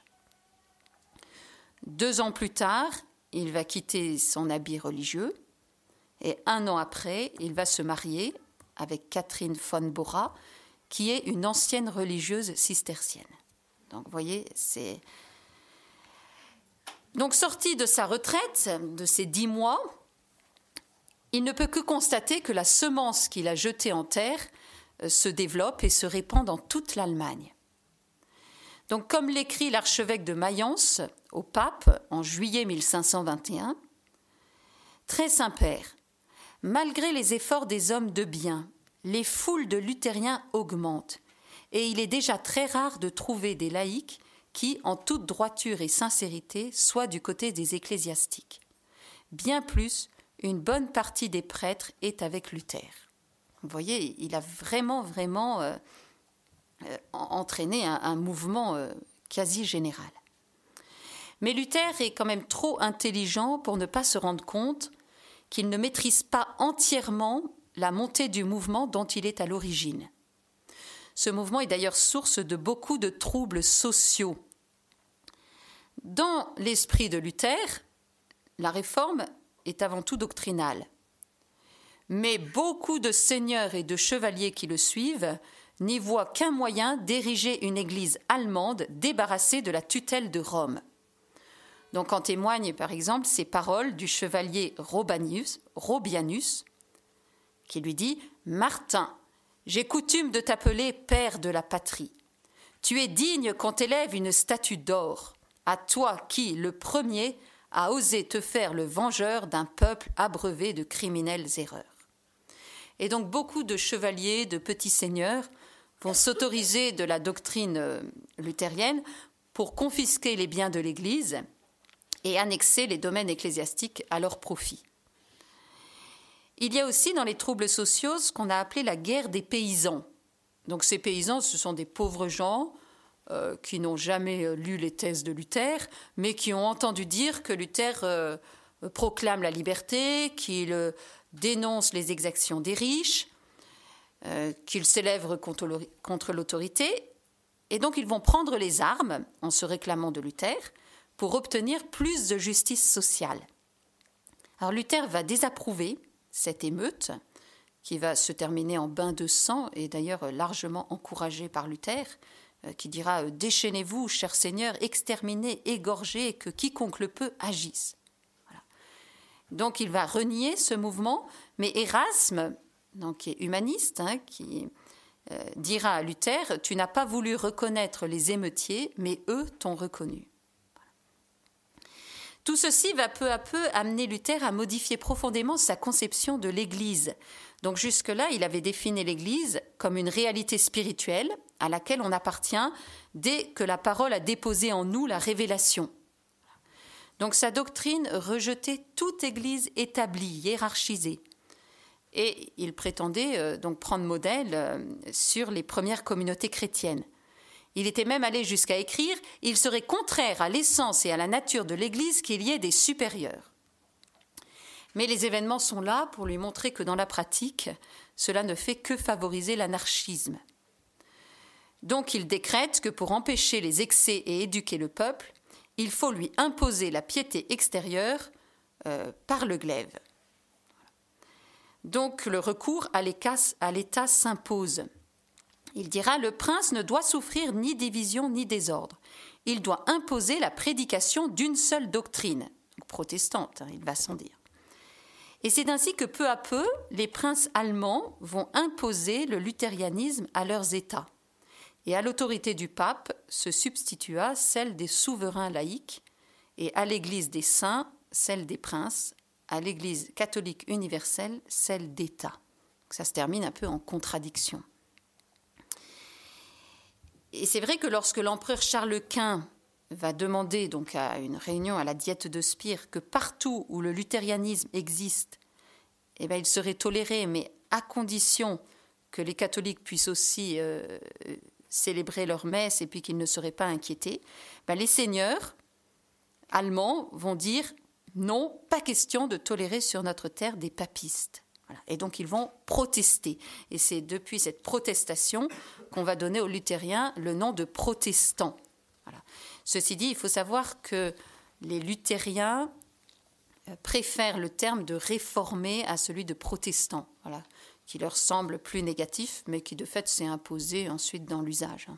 2 ans plus tard, il va quitter son habit religieux et 1 an après, il va se marier avec Catherine von Bora, qui est une ancienne religieuse cistercienne. Donc vous voyez, c'est... Donc sorti de sa retraite, de ces 10 mois, il ne peut que constater que la semence qu'il a jetée en terre se développe et se répand dans toute l'Allemagne. Donc comme l'écrit l'archevêque de Mayence au pape en juillet 1521, « Très Saint-Père, malgré les efforts des hommes de bien, les foules de luthériens augmentent et il est déjà très rare de trouver des laïcs qui, en toute droiture et sincérité, soient du côté des ecclésiastiques. Bien plus, une bonne partie des prêtres est avec Luther. » Vous voyez, il a vraiment entraîné un mouvement quasi général. Mais Luther est quand même trop intelligent pour ne pas se rendre compte qu'il ne maîtrise pas entièrement la montée du mouvement dont il est à l'origine. Ce mouvement est d'ailleurs source de beaucoup de troubles sociaux. Dans l'esprit de Luther, la réforme est avant tout doctrinale. Mais beaucoup de seigneurs et de chevaliers qui le suivent n'y voient qu'un moyen d'ériger une église allemande débarrassée de la tutelle de Rome. Donc en témoignent par exemple ces paroles du chevalier Robianus, qui lui dit « Martin, j'ai coutume de t'appeler père de la patrie. Tu es digne qu'on t'élève une statue d'or, à toi qui, le premier, a osé te faire le vengeur d'un peuple abreuvé de criminelles erreurs. » Et donc beaucoup de chevaliers, de petits seigneurs vont s'autoriser de la doctrine luthérienne pour confisquer les biens de l'Église et annexer les domaines ecclésiastiques à leur profit. Il y a aussi dans les troubles sociaux ce qu'on a appelé la guerre des paysans. Donc ces paysans, ce sont des pauvres gens qui n'ont jamais lu les thèses de Luther, mais qui ont entendu dire que Luther proclame la liberté, qu'il dénonce les exactions des riches, qu'il s'élève contre l'autorité. Et donc ils vont prendre les armes en se réclamant de Luther pour obtenir plus de justice sociale. Alors Luther va désapprouver cette émeute qui va se terminer en bain de sang et d'ailleurs largement encouragé par Luther, qui dira « Déchaînez-vous, chers seigneurs, exterminez, égorgez, que quiconque le peut agisse. » Voilà. Donc il va renier ce mouvement, mais Érasme, donc, qui est humaniste, qui dira à Luther « Tu n'as pas voulu reconnaître les émeutiers, mais eux t'ont reconnu. » Tout ceci va peu à peu amener Luther à modifier profondément sa conception de l'Église. Donc jusque-là, il avait défini l'Église comme une réalité spirituelle à laquelle on appartient dès que la parole a déposé en nous la révélation. Donc sa doctrine rejetait toute Église établie, hiérarchisée. Et il prétendait donc prendre modèle sur les premières communautés chrétiennes. Il était même allé jusqu'à écrire « Il serait contraire à l'essence et à la nature de l'Église qu'il y ait des supérieurs ». Mais les événements sont là pour lui montrer que dans la pratique, cela ne fait que favoriser l'anarchisme. Donc il décrète que pour empêcher les excès et éduquer le peuple, il faut lui imposer la piété extérieure par le glaive. Donc le recours à l'État s'impose. Il dira « Le prince ne doit souffrir ni division ni désordre. Il doit imposer la prédication d'une seule doctrine. » Protestante, il va sans dire. Et c'est ainsi que peu à peu, les princes allemands vont imposer le luthérianisme à leurs États. Et à l'autorité du pape se substitua celle des souverains laïcs, et à l'Église des saints, celle des princes, à l'Église catholique universelle, celle d'État. Ça se termine un peu en contradiction. Et c'est vrai que lorsque l'empereur Charles Quint va demander donc à une réunion à la Diète de Spire que partout où le luthérianisme existe, eh bien, il serait toléré, mais à condition que les catholiques puissent aussi célébrer leur messe et puis qu'ils ne seraient pas inquiétés, les seigneurs allemands vont dire non, pas question de tolérer sur notre terre des papistes. Voilà. Et donc ils vont protester. Et c'est depuis cette protestation qu'on va donner aux luthériens le nom de protestants. Voilà. Ceci dit, il faut savoir que les luthériens préfèrent le terme de réformés à celui de protestants, voilà, qui leur semble plus négatif, mais qui de fait s'est imposé ensuite dans l'usage.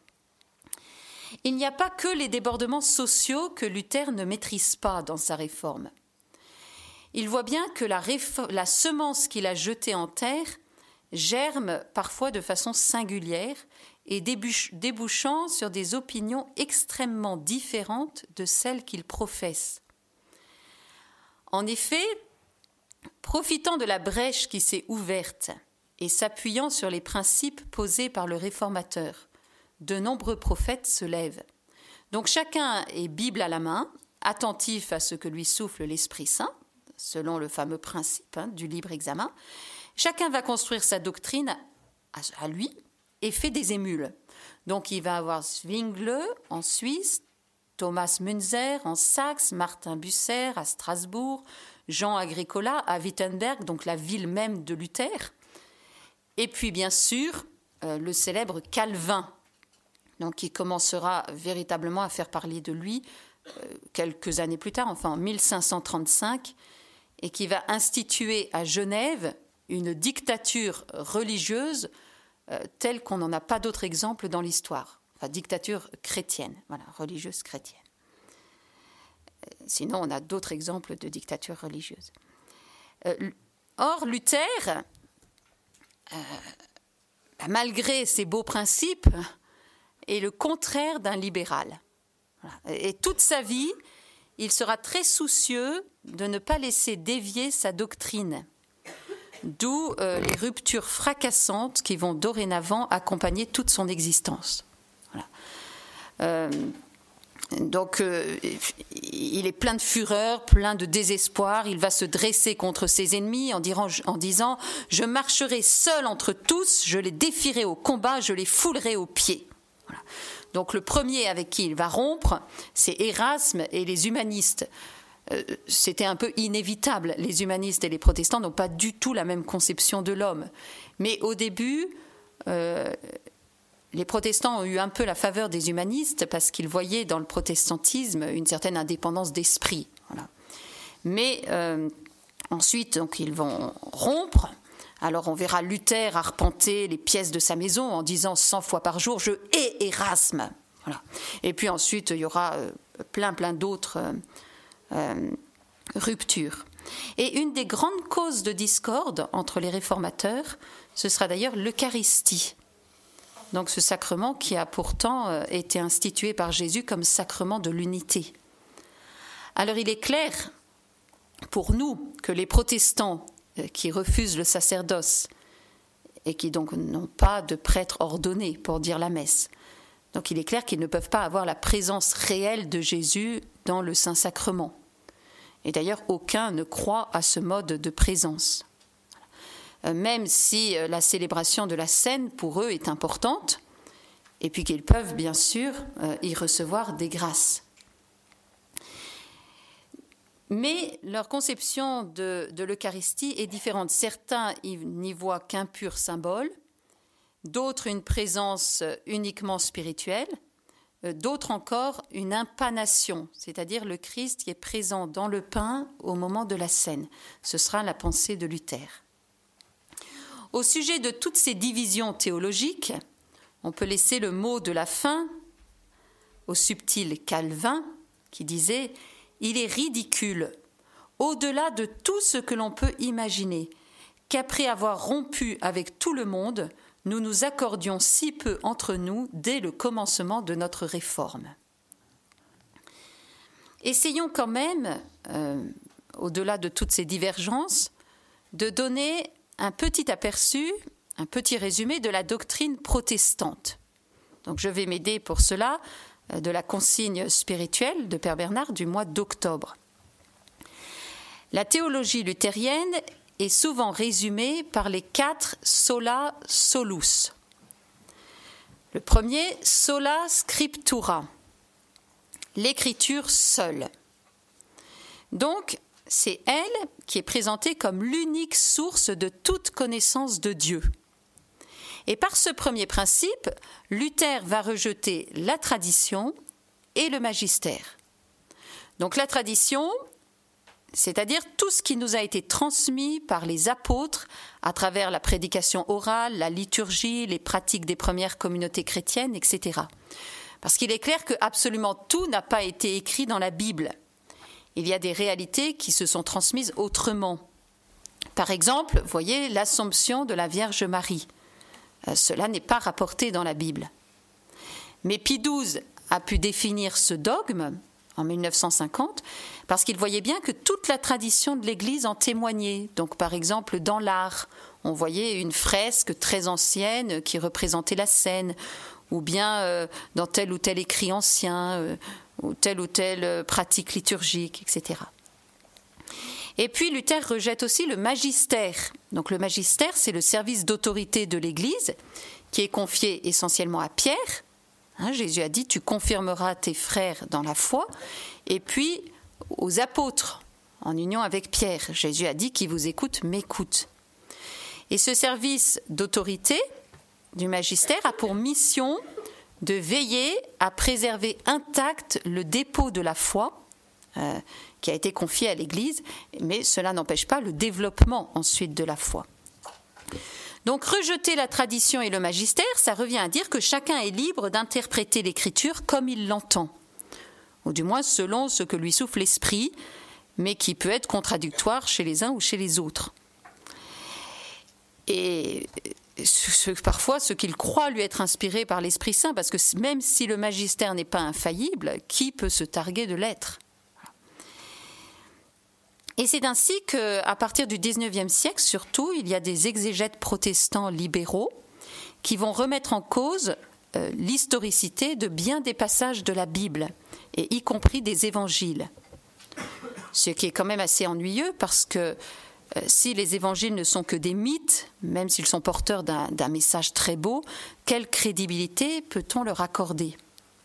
Il n'y a pas que les débordements sociaux que Luther ne maîtrise pas dans sa réforme. Il voit bien que la semence qu'il a jetée en terre germe parfois de façon singulière et débouchant sur des opinions extrêmement différentes de celles qu'il professe. En effet, profitant de la brèche qui s'est ouverte et s'appuyant sur les principes posés par le réformateur, de nombreux prophètes se lèvent. Donc chacun est Bible à la main, attentif à ce que lui souffle l'Esprit Saint, selon le fameux principe du libre examen. Chacun va construire sa doctrine à lui et fait des émules. Donc il va avoir Zwingle en Suisse, Thomas Münzer en Saxe, Martin Bucer à Strasbourg, Jean Agricola à Wittenberg, donc la ville même de Luther. Et puis bien sûr, le célèbre Calvin, donc qui commencera véritablement à faire parler de lui quelques années plus tard, enfin en 1535, et qui va instituer à Genève une dictature religieuse telle qu'on n'en a pas d'autre exemple dans l'histoire. Enfin, dictature chrétienne, voilà, religieuse chrétienne. Sinon, on a d'autres exemples de dictature religieuse. Or, Luther, malgré ses beaux principes, est le contraire d'un libéral. Voilà. Et toute sa vie, il sera très soucieux de ne pas laisser dévier sa doctrine. D'où les ruptures fracassantes qui vont dorénavant accompagner toute son existence. Voilà. Donc, il est plein de fureur, plein de désespoir. Il va se dresser contre ses ennemis en disant « Je marcherai seul entre tous, je les défierai au combat, je les foulerai aux pieds. » Voilà. Donc, le premier avec qui il va rompre, c'est Érasme et les humanistes. C'était un peu inévitable. Les humanistes et les protestants n'ont pas du tout la même conception de l'homme. Mais au début, les protestants ont eu un peu la faveur des humanistes parce qu'ils voyaient dans le protestantisme une certaine indépendance d'esprit. Voilà. Mais ensuite, donc, ils vont rompre. Alors on verra Luther arpenter les pièces de sa maison en disant 100 fois par jour « Je hais Érasme ». Voilà. Et puis ensuite, il y aura plein d'autres ruptures. Et une des grandes causes de discorde entre les réformateurs, ce sera d'ailleurs l'Eucharistie. Donc ce sacrement qui a pourtant été institué par Jésus comme sacrement de l'unité. Alors il est clair pour nous que les protestants qui refusent le sacerdoce et qui donc n'ont pas de prêtre ordonné pour dire la messe, donc il est clair qu'ils ne peuvent pas avoir la présence réelle de Jésus dans le Saint-Sacrement. Et d'ailleurs, aucun ne croit à ce mode de présence. Même si la célébration de la scène, pour eux, est importante, et puis qu'ils peuvent, bien sûr, y recevoir des grâces. Mais leur conception de l'Eucharistie est différente. Certains n'y voient qu'un pur symbole, d'autres une présence uniquement spirituelle, d'autres encore une impanation, c'est-à-dire le Christ qui est présent dans le pain au moment de la scène. Ce sera la pensée de Luther. Au sujet de toutes ces divisions théologiques, on peut laisser le mot de la fin au subtil Calvin qui disait « Il est ridicule, au-delà de tout ce que l'on peut imaginer, qu'après avoir rompu avec tout le monde, nous nous accordions si peu entre nous dès le commencement de notre réforme. » Essayons quand même, au-delà de toutes ces divergences, de donner un petit aperçu, un petit résumé de la doctrine protestante. Donc je vais m'aider pour cela de la consigne spirituelle de Père Bernard du mois d'octobre. La théologie luthérienne est souvent résumée par les 4 sola solus. Le premier, sola scriptura, l'écriture seule. Donc, c'est elle qui est présentée comme l'unique source de toute connaissance de Dieu. Et par ce premier principe, Luther va rejeter la tradition et le magistère. Donc la tradition, c'est-à-dire tout ce qui nous a été transmis par les apôtres à travers la prédication orale, la liturgie, les pratiques des premières communautés chrétiennes, etc. Parce qu'il est clair que absolument tout n'a pas été écrit dans la Bible. Il y a des réalités qui se sont transmises autrement. Par exemple, voyez l'Assomption de la Vierge Marie. Cela n'est pas rapporté dans la Bible. Mais Pie XII a pu définir ce dogme en 1950 parce qu'il voyait bien que toute la tradition de l'Église en témoignait. Donc par exemple dans l'art, on voyait une fresque très ancienne qui représentait la scène, ou bien dans tel ou tel écrit ancien, ou telle pratique liturgique, etc. Et puis Luther rejette aussi le magistère. Donc le magistère, c'est le service d'autorité de l'Église qui est confié essentiellement à Pierre. Jésus a dit « Tu confirmeras tes frères dans la foi ». Et puis aux apôtres, en union avec Pierre. Jésus a dit « Qui vous écoute, m'écoute ». Et ce service d'autorité du magistère a pour mission de veiller à préserver intact le dépôt de la foi qui a été confié à l'Église, mais cela n'empêche pas le développement ensuite de la foi. Donc rejeter la tradition et le magistère, ça revient à dire que chacun est libre d'interpréter l'Écriture comme il l'entend, ou du moins selon ce que lui souffle l'Esprit, mais qui peut être contradictoire chez les uns ou chez les autres. Et parfois ce qu'il croit lui être inspiré par l'Esprit Saint, parce que même si le magistère n'est pas infaillible, qui peut se targuer de l'être? Et c'est ainsi qu'à partir du XIXe siècle, surtout, il y a des exégètes protestants libéraux qui vont remettre en cause l'historicité de bien des passages de la Bible, et y compris des évangiles. Ce qui est quand même assez ennuyeux, parce que si les évangiles ne sont que des mythes, même s'ils sont porteurs d'un message très beau, quelle crédibilité peut-on leur accorder?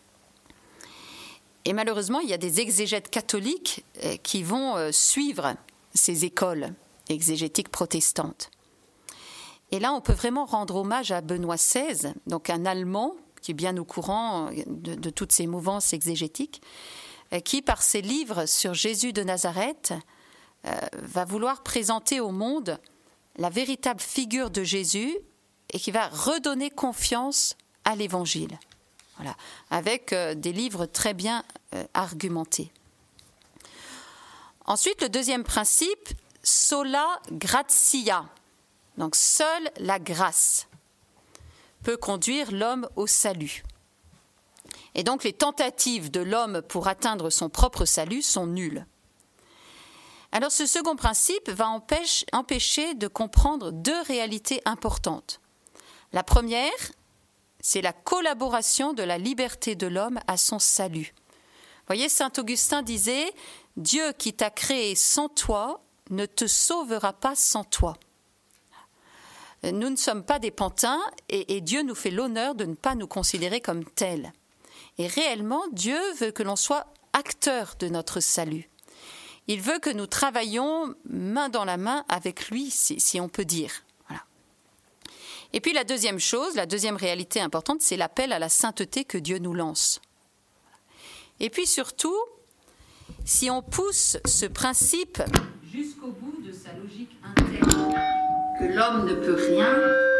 Et malheureusement, il y a des exégètes catholiques qui vont suivre ces écoles exégétiques protestantes. Et là, on peut vraiment rendre hommage à Benoît XVI, donc un Allemand qui est bien au courant de toutes ces mouvances exégétiques, qui, par ses livres sur Jésus de Nazareth, va vouloir présenter au monde la véritable figure de Jésus et qui va redonner confiance à l'Évangile. Voilà, avec des livres très bien argumentés. Ensuite, le deuxième principe, sola gratia, donc seule la grâce peut conduire l'homme au salut. Et donc les tentatives de l'homme pour atteindre son propre salut sont nulles. Alors ce second principe va empêcher de comprendre deux réalités importantes. La première, c'est la collaboration de la liberté de l'homme à son salut. Vous voyez, saint Augustin disait « Dieu qui t'a créé sans toi ne te sauvera pas sans toi ». Nous ne sommes pas des pantins et Dieu nous fait l'honneur de ne pas nous considérer comme tels. Et réellement, Dieu veut que l'on soit acteur de notre salut. Il veut que nous travaillions main dans la main avec lui, si on peut dire. Voilà. Et puis la deuxième chose, la deuxième réalité importante, c'est l'appel à la sainteté que Dieu nous lance. Et puis surtout, si on pousse ce principe jusqu'au bout de sa logique interne, que l'homme ne peut rien,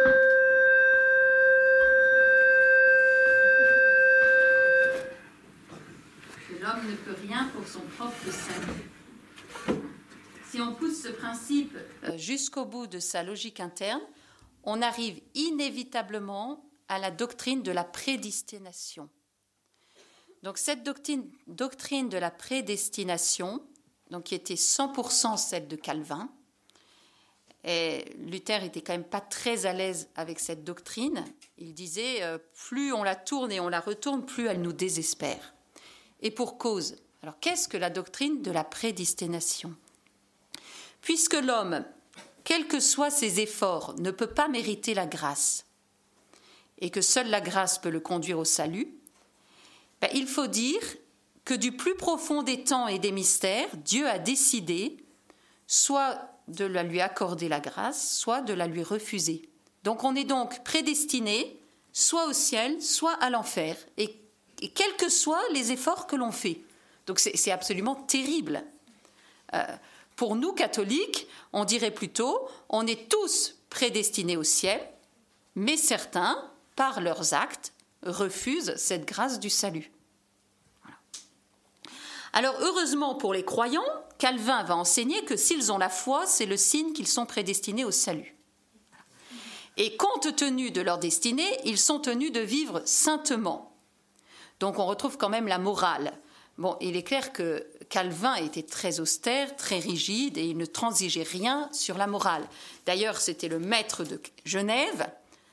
ne peut rien pour son propre salut. Si on pousse ce principe jusqu'au bout de sa logique interne, on arrive inévitablement à la doctrine de la prédestination. Donc cette doctrine de la prédestination, donc qui était 100% celle de Calvin, et Luther était quand même pas très à l'aise avec cette doctrine. Il disait plus on la tourne et on la retourne, plus elle nous désespère. Et pour cause. Alors, qu'est-ce que la doctrine de la prédestination? Puisque l'homme, quels que soient ses efforts, ne peut pas mériter la grâce, et que seule la grâce peut le conduire au salut, il faut dire que du plus profond des temps et des mystères, Dieu a décidé soit de la lui accorder la grâce, soit de la lui refuser. Donc, on est donc prédestiné soit au ciel, soit à l'enfer, et quels que soient les efforts que l'on fait. Donc c'est absolument terrible. Pour nous, catholiques, on dirait plutôt, on est tous prédestinés au ciel, mais certains, par leurs actes, refusent cette grâce du salut. Voilà. Alors heureusement pour les croyants, Calvin va enseigner que s'ils ont la foi, c'est le signe qu'ils sont prédestinés au salut. Et compte tenu de leur destinée, ils sont tenus de vivre saintement. Donc on retrouve quand même la morale. Bon, il est clair que Calvin était très austère, très rigide, et il ne transigeait rien sur la morale. D'ailleurs, c'était le maître de Genève.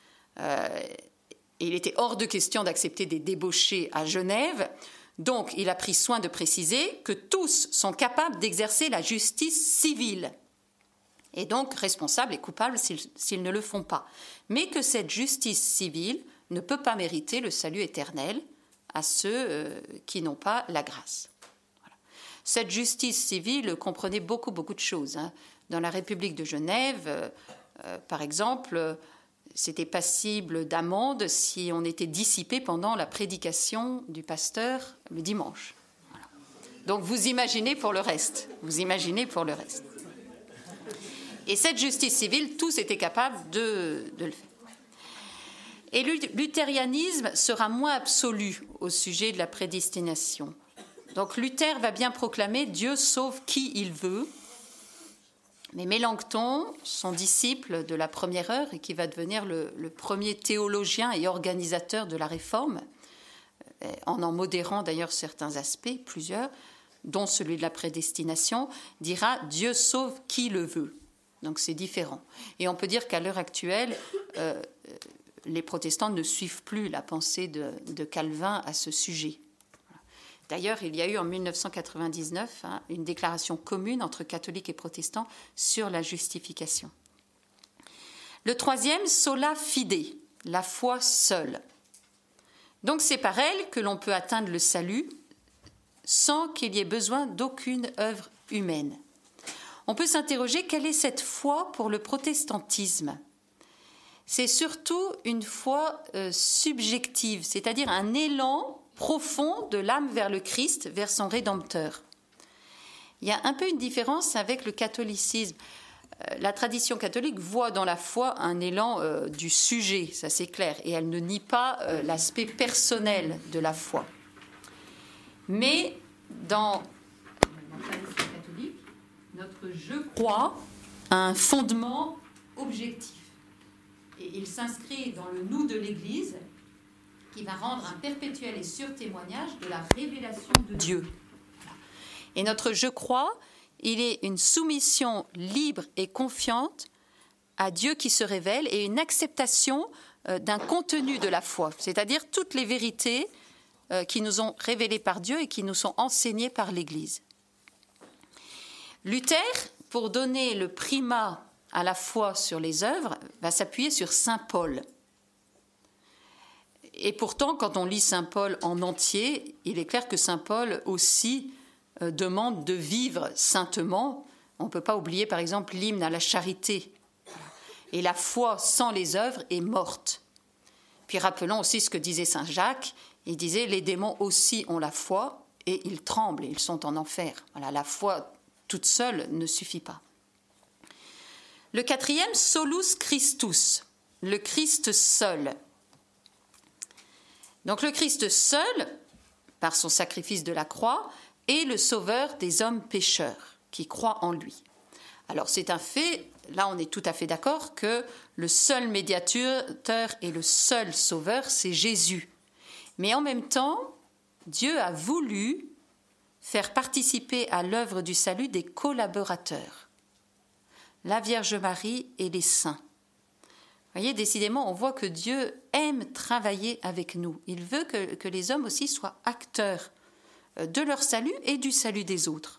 Il était hors de question d'accepter des débauchés à Genève. Donc, il a pris soin de préciser que tous sont capables d'exercer la justice civile, et donc responsables et coupables s'ils ne le font pas. Mais que cette justice civile ne peut pas mériter le salut éternel à ceux qui n'ont pas la grâce. Voilà. Cette justice civile comprenait beaucoup de choses. Dans la République de Genève, par exemple, c'était passible d'amende si on était dissipé pendant la prédication du pasteur le dimanche. Voilà. Donc vous imaginez pour le reste. Et cette justice civile, tous étaient capables de le faire. Et le luthérianisme sera moins absolu au sujet de la prédestination. Donc Luther va bien proclamer « Dieu sauve qui il veut », Mais Mélenchon, son disciple de la première heure et qui va devenir le premier théologien et organisateur de la Réforme, en modérant d'ailleurs certains aspects, plusieurs, dont celui de la prédestination, dira « Dieu sauve qui le veut ». Donc c'est différent. Et on peut dire qu'à l'heure actuelle, les protestants ne suivent plus la pensée de Calvin à ce sujet. D'ailleurs, il y a eu en 1999 une déclaration commune entre catholiques et protestants sur la justification. Le troisième, sola fide, la foi seule. Donc c'est par elle que l'on peut atteindre le salut sans qu'il y ait besoin d'aucune œuvre humaine. On peut s'interroger quelle est cette foi pour le protestantisme. C'est surtout une foi subjective, c'est-à-dire un élan profond de l'âme vers le Christ, vers son Rédempteur. Il y a un peu une différence avec le catholicisme. La tradition catholique voit dans la foi un élan du sujet, ça c'est clair, et elle ne nie pas l'aspect personnel de la foi. Mais dans la tradition catholique, notre « je crois » a un fondement objectif. Et il s'inscrit dans le nous de l'Église, qui va rendre un perpétuel et sûr témoignage de la révélation de Dieu. Et notre « je crois », il est une soumission libre et confiante à Dieu qui se révèle et une acceptation d'un contenu de la foi, c'est-à-dire toutes les vérités qui nous ont révélées par Dieu et qui nous sont enseignées par l'Église. Luther, pour donner le primat à la foi sur les œuvres, va s'appuyer sur saint Paul. Et pourtant, quand on lit saint Paul en entier, il est clair que saint Paul aussi demande de vivre saintement. On ne peut pas oublier, par exemple, l'hymne à la charité. Et la foi sans les œuvres est morte. Puis rappelons aussi ce que disait saint Jacques. Il disait « Les démons aussi ont la foi et ils tremblent, ils sont en enfer. » Voilà, la foi toute seule ne suffit pas. Le quatrième, solus Christus, le Christ seul. Donc le Christ seul, par son sacrifice de la croix, est le sauveur des hommes pécheurs qui croient en lui. Alors c'est un fait, là on est tout à fait d'accord que le seul médiateur et le seul sauveur, c'est Jésus. Mais en même temps, Dieu a voulu faire participer à l'œuvre du salut des collaborateurs, la Vierge Marie et les saints. Vous voyez, décidément, on voit que Dieu aime travailler avec nous. Il veut que les hommes aussi soient acteurs de leur salut et du salut des autres.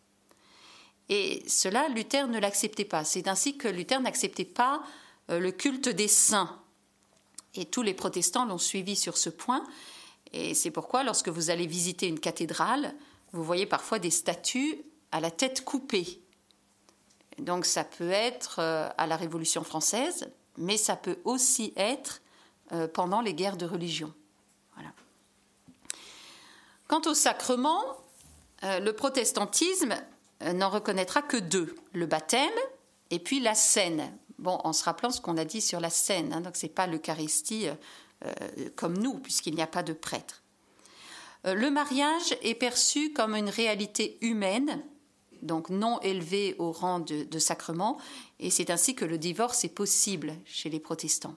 Et cela, Luther ne l'acceptait pas. C'est ainsi que Luther n'acceptait pas le culte des saints. Et tous les protestants l'ont suivi sur ce point. Et c'est pourquoi, lorsque vous allez visiter une cathédrale, vous voyez parfois des statues à la tête coupée. Donc ça peut être à la Révolution française, mais ça peut aussi être pendant les guerres de religion. Voilà. Quant au sacrement, le protestantisme n'en reconnaîtra que deux, le baptême et puis la scène. Bon, en se rappelant ce qu'on a dit sur la scène, donc ce n'est pas l'Eucharistie comme nous, puisqu'il n'y a pas de prêtre. Le mariage est perçu comme une réalité humaine, donc non élevée au rang de sacrement, et c'est ainsi que le divorce est possible chez les protestants.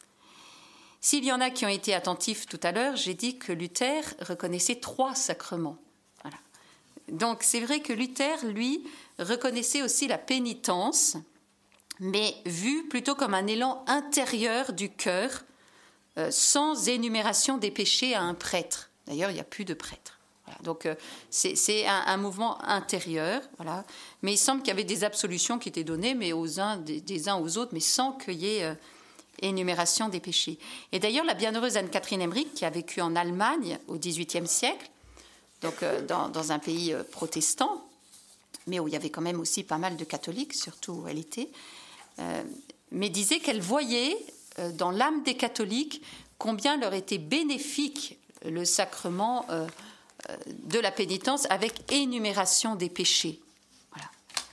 S'il y en a qui ont été attentifs tout à l'heure, j'ai dit que Luther reconnaissait 3 sacrements. Voilà. Donc c'est vrai que Luther, lui, reconnaissait aussi la pénitence, mais vue plutôt comme un élan intérieur du cœur, sans énumération des péchés à un prêtre. D'ailleurs, il n'y a plus de prêtre. Voilà. Donc c'est un mouvement intérieur, voilà. Mais il semble qu'il y avait des absolutions qui étaient données, mais des uns aux autres, mais sans qu'il y ait énumération des péchés. Et d'ailleurs, la bienheureuse Anne-Catherine Emmerich, qui a vécu en Allemagne au XVIIIe siècle, donc dans un pays protestant, mais où il y avait quand même aussi pas mal de catholiques, surtout où elle était, mais disait qu'elle voyait dans l'âme des catholiques combien leur était bénéfique le sacrement de la pénitence avec énumération des péchés. Voilà.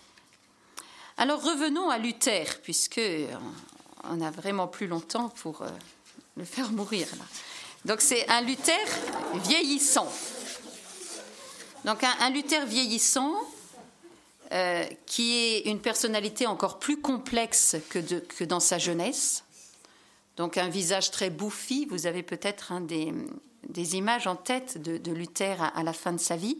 Alors revenons à Luther, puisque on a vraiment plus longtemps pour le faire mourir. Là. Donc c'est un Luther vieillissant. Donc un Luther vieillissant, qui est une personnalité encore plus complexe que dans sa jeunesse. Donc un visage très bouffi. Vous avez peut-être des images en tête de Luther à la fin de sa vie,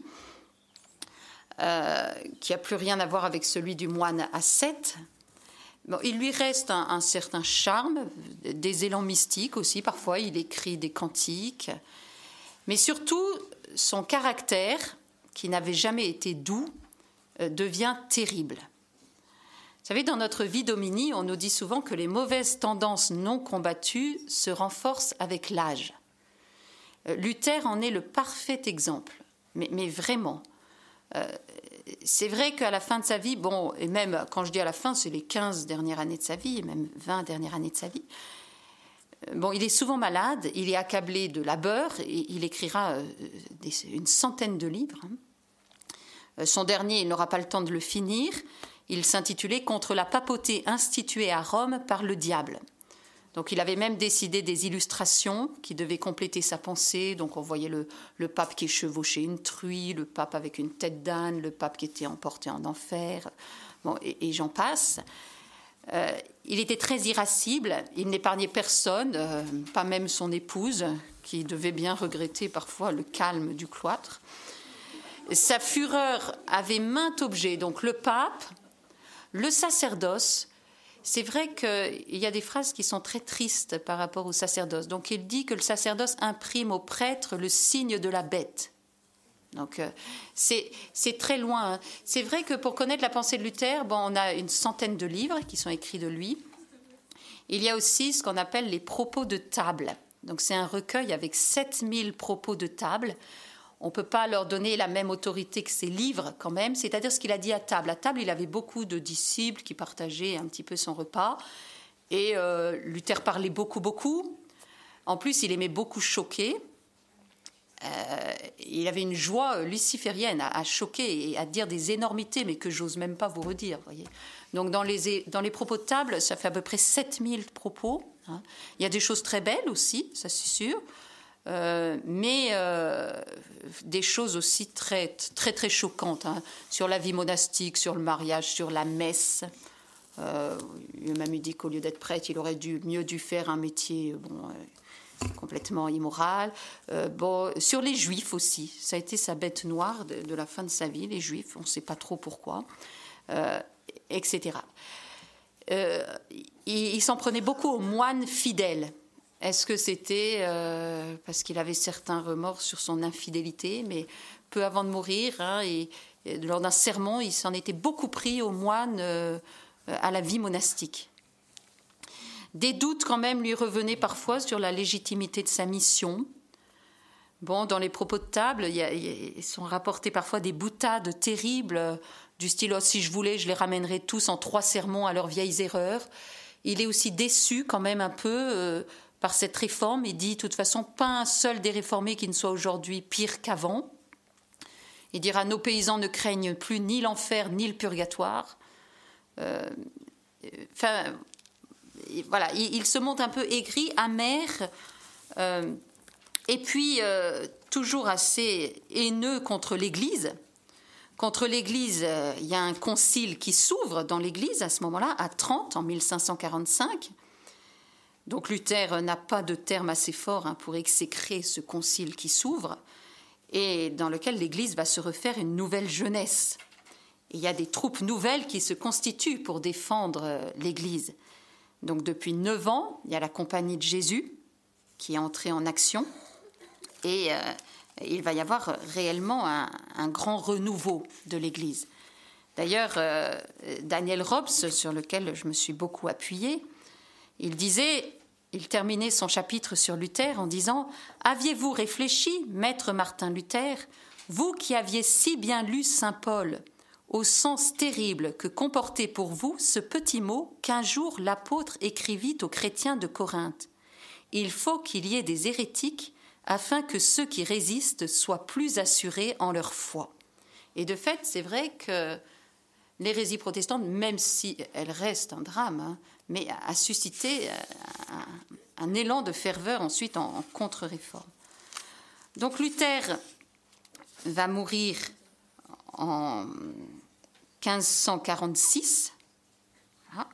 qui n'a plus rien à voir avec celui du moine ascète. Bon, il lui reste un certain charme, des élans mystiques aussi. Parfois, il écrit des cantiques. Mais surtout, son caractère, qui n'avait jamais été doux, devient terrible. Vous savez, dans notre vie d'hominie, on nous dit souvent que les mauvaises tendances non combattues se renforcent avec l'âge. Luther en est le parfait exemple, mais vraiment. C'est vrai qu'à la fin de sa vie, bon, et même quand je dis à la fin, c'est les 15 dernières années de sa vie, et même 20 dernières années de sa vie, bon, il est souvent malade, il est accablé de labeur, et il écrira une centaine de livres. Son dernier, il n'aura pas le temps de le finir, il s'intitulait « Contre la papauté instituée à Rome par le diable ». Donc il avait même décidé des illustrations qui devaient compléter sa pensée. Donc on voyait le pape qui chevauchait une truie, le pape avec une tête d'âne, le pape qui était emporté en enfer, bon, et j'en passe. Il était très irascible, il n'épargnait personne, pas même son épouse, qui devait bien regretter parfois le calme du cloître. Sa fureur avait maints objets, donc le pape, le sacerdoce. C'est vrai qu'il y a des phrases qui sont très tristes par rapport au sacerdoce. Donc il dit que le sacerdoce imprime au prêtre le signe de la bête. Donc c'est très loin. Hein. C'est vrai que pour connaître la pensée de Luther, bon, on a une centaine de livres qui sont écrits de lui. Il y a aussi ce qu'on appelle les propos de table. Donc c'est un recueil avec 7000 propos de table. On ne peut pas leur donner la même autorité que ses livres quand même, c'est-à-dire ce qu'il a dit à table. À table, il avait beaucoup de disciples qui partageaient un petit peu son repas. Et Luther parlait beaucoup. En plus, il aimait beaucoup choquer. Il avait une joie luciférienne à choquer et à dire des énormités, mais que j'ose même pas vous redire. Voyez. Donc dans les propos de table, ça fait à peu près 7000 propos. Hein. Il y a des choses très belles aussi, ça c'est sûr. Mais des choses aussi très choquantes hein, sur la vie monastique, sur le mariage, sur la messe. Il m'a même dit qu'au lieu d'être prêtre, il aurait mieux dû faire un métier complètement immoral. Sur les Juifs aussi, ça a été sa bête noire de la fin de sa vie, les Juifs, on ne sait pas trop pourquoi, etc. Il s'en prenait beaucoup aux moines fidèles. Est-ce que c'était parce qu'il avait certains remords sur son infidélité, mais peu avant de mourir, hein, et lors d'un sermon, il s'en était beaucoup pris aux moines à la vie monastique. Des doutes quand même lui revenaient parfois sur la légitimité de sa mission. Bon, dans les propos de table, ils sont rapportés parfois des boutades terribles, du style « si je voulais, je les ramènerais tous en 3 sermons à leurs vieilles erreurs ». Il est aussi déçu quand même un peu par cette réforme. Il dit, de toute façon, pas un seul des réformés qui ne soit aujourd'hui pire qu'avant. Il dira, nos paysans ne craignent plus ni l'enfer ni le purgatoire. Voilà, il se montre un peu aigri, amer, et puis toujours assez haineux contre l'Église. Contre l'Église, il y a un concile qui s'ouvre dans l'Église à ce moment-là, à Trente, en 1545. Donc Luther n'a pas de terme assez fort pour exécrer ce concile qui s'ouvre et dans lequel l'Église va se refaire une nouvelle jeunesse. Et il y a des troupes nouvelles qui se constituent pour défendre l'Église. Donc depuis 9 ans, il y a la Compagnie de Jésus qui est entrée en action et il va y avoir réellement un grand renouveau de l'Église. D'ailleurs, Daniel Robs, sur lequel je me suis beaucoup appuyée, il terminait son chapitre sur Luther en disant « Aviez-vous réfléchi, maître Martin Luther, vous qui aviez si bien lu saint Paul, au sens terrible que comportait pour vous ce petit mot qu'un jour l'apôtre écrivit aux chrétiens de Corinthe. Il faut qu'il y ait des hérétiques afin que ceux qui résistent soient plus assurés en leur foi. » Et de fait, c'est vrai que l'hérésie protestante, même si elle reste un drame, mais a suscité un élan de ferveur ensuite en contre-réforme. Donc Luther va mourir en 1546. Voilà.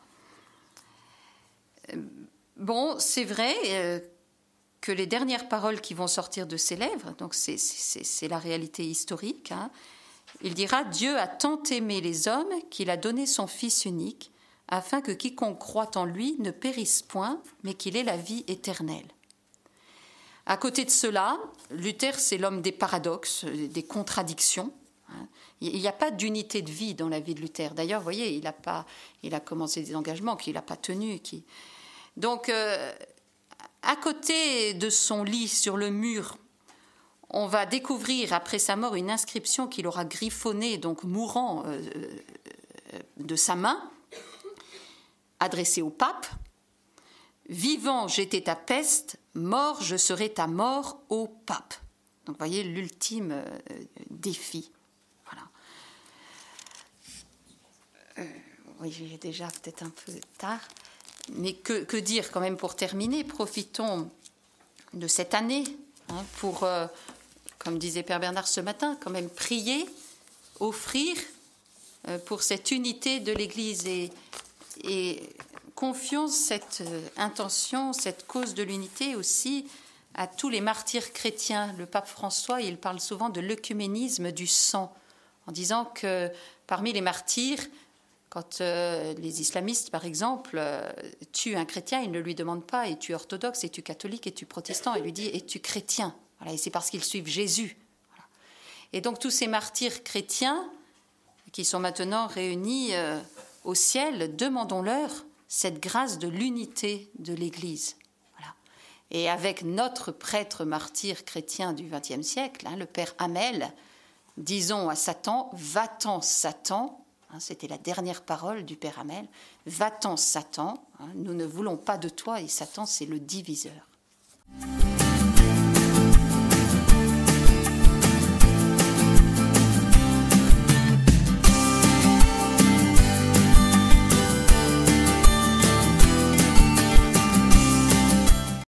Bon, c'est vrai que les dernières paroles qui vont sortir de ses lèvres, donc c'est la réalité historique, hein, il dira « Dieu a tant aimé les hommes qu'il a donné son Fils unique, afin que quiconque croit en lui ne périsse point, mais qu'il ait la vie éternelle. » À côté de cela, Luther, c'est l'homme des paradoxes, des contradictions. Il n'y a pas d'unité de vie dans la vie de Luther. D'ailleurs, vous voyez, il a commencé des engagements qu'il n'a pas tenus. Donc, à côté de son lit sur le mur, on va découvrir après sa mort une inscription qu'il aura griffonnée, donc mourant de sa main, adressée au pape. « Vivant, j'étais ta peste, mort, je serai ta mort, ô pape. » Donc, vous voyez, l'ultime défi. Voilà. Oui, j'ai déjà peut-être un peu tard. Mais que dire quand même pour terminer? Profitons de cette année pour, comme disait Père Bernard ce matin, quand même prier, offrir pour cette unité de l'Église et confions cette intention, cette cause de l'unité aussi à tous les martyrs chrétiens. Le pape François, il parle souvent de l'œcuménisme du sang, en disant que parmi les martyrs, quand les islamistes, par exemple, tuent un chrétien, ils ne lui demandent pas « es-tu orthodoxe, es-tu catholique, es-tu protestant ?» Il lui dit « es-tu chrétien ?» Voilà, et c'est parce qu'ils suivent Jésus. Voilà. Et donc tous ces martyrs chrétiens qui sont maintenant réunis au ciel, demandons-leur cette grâce de l'unité de l'Église. Voilà. Et avec notre prêtre martyr chrétien du XXe siècle, le Père Hamel, disons à Satan « va-t'en Satan », c'était la dernière parole du Père Hamel. « Va-t'en, Satan, nous ne voulons pas de toi. » Et Satan, c'est le diviseur.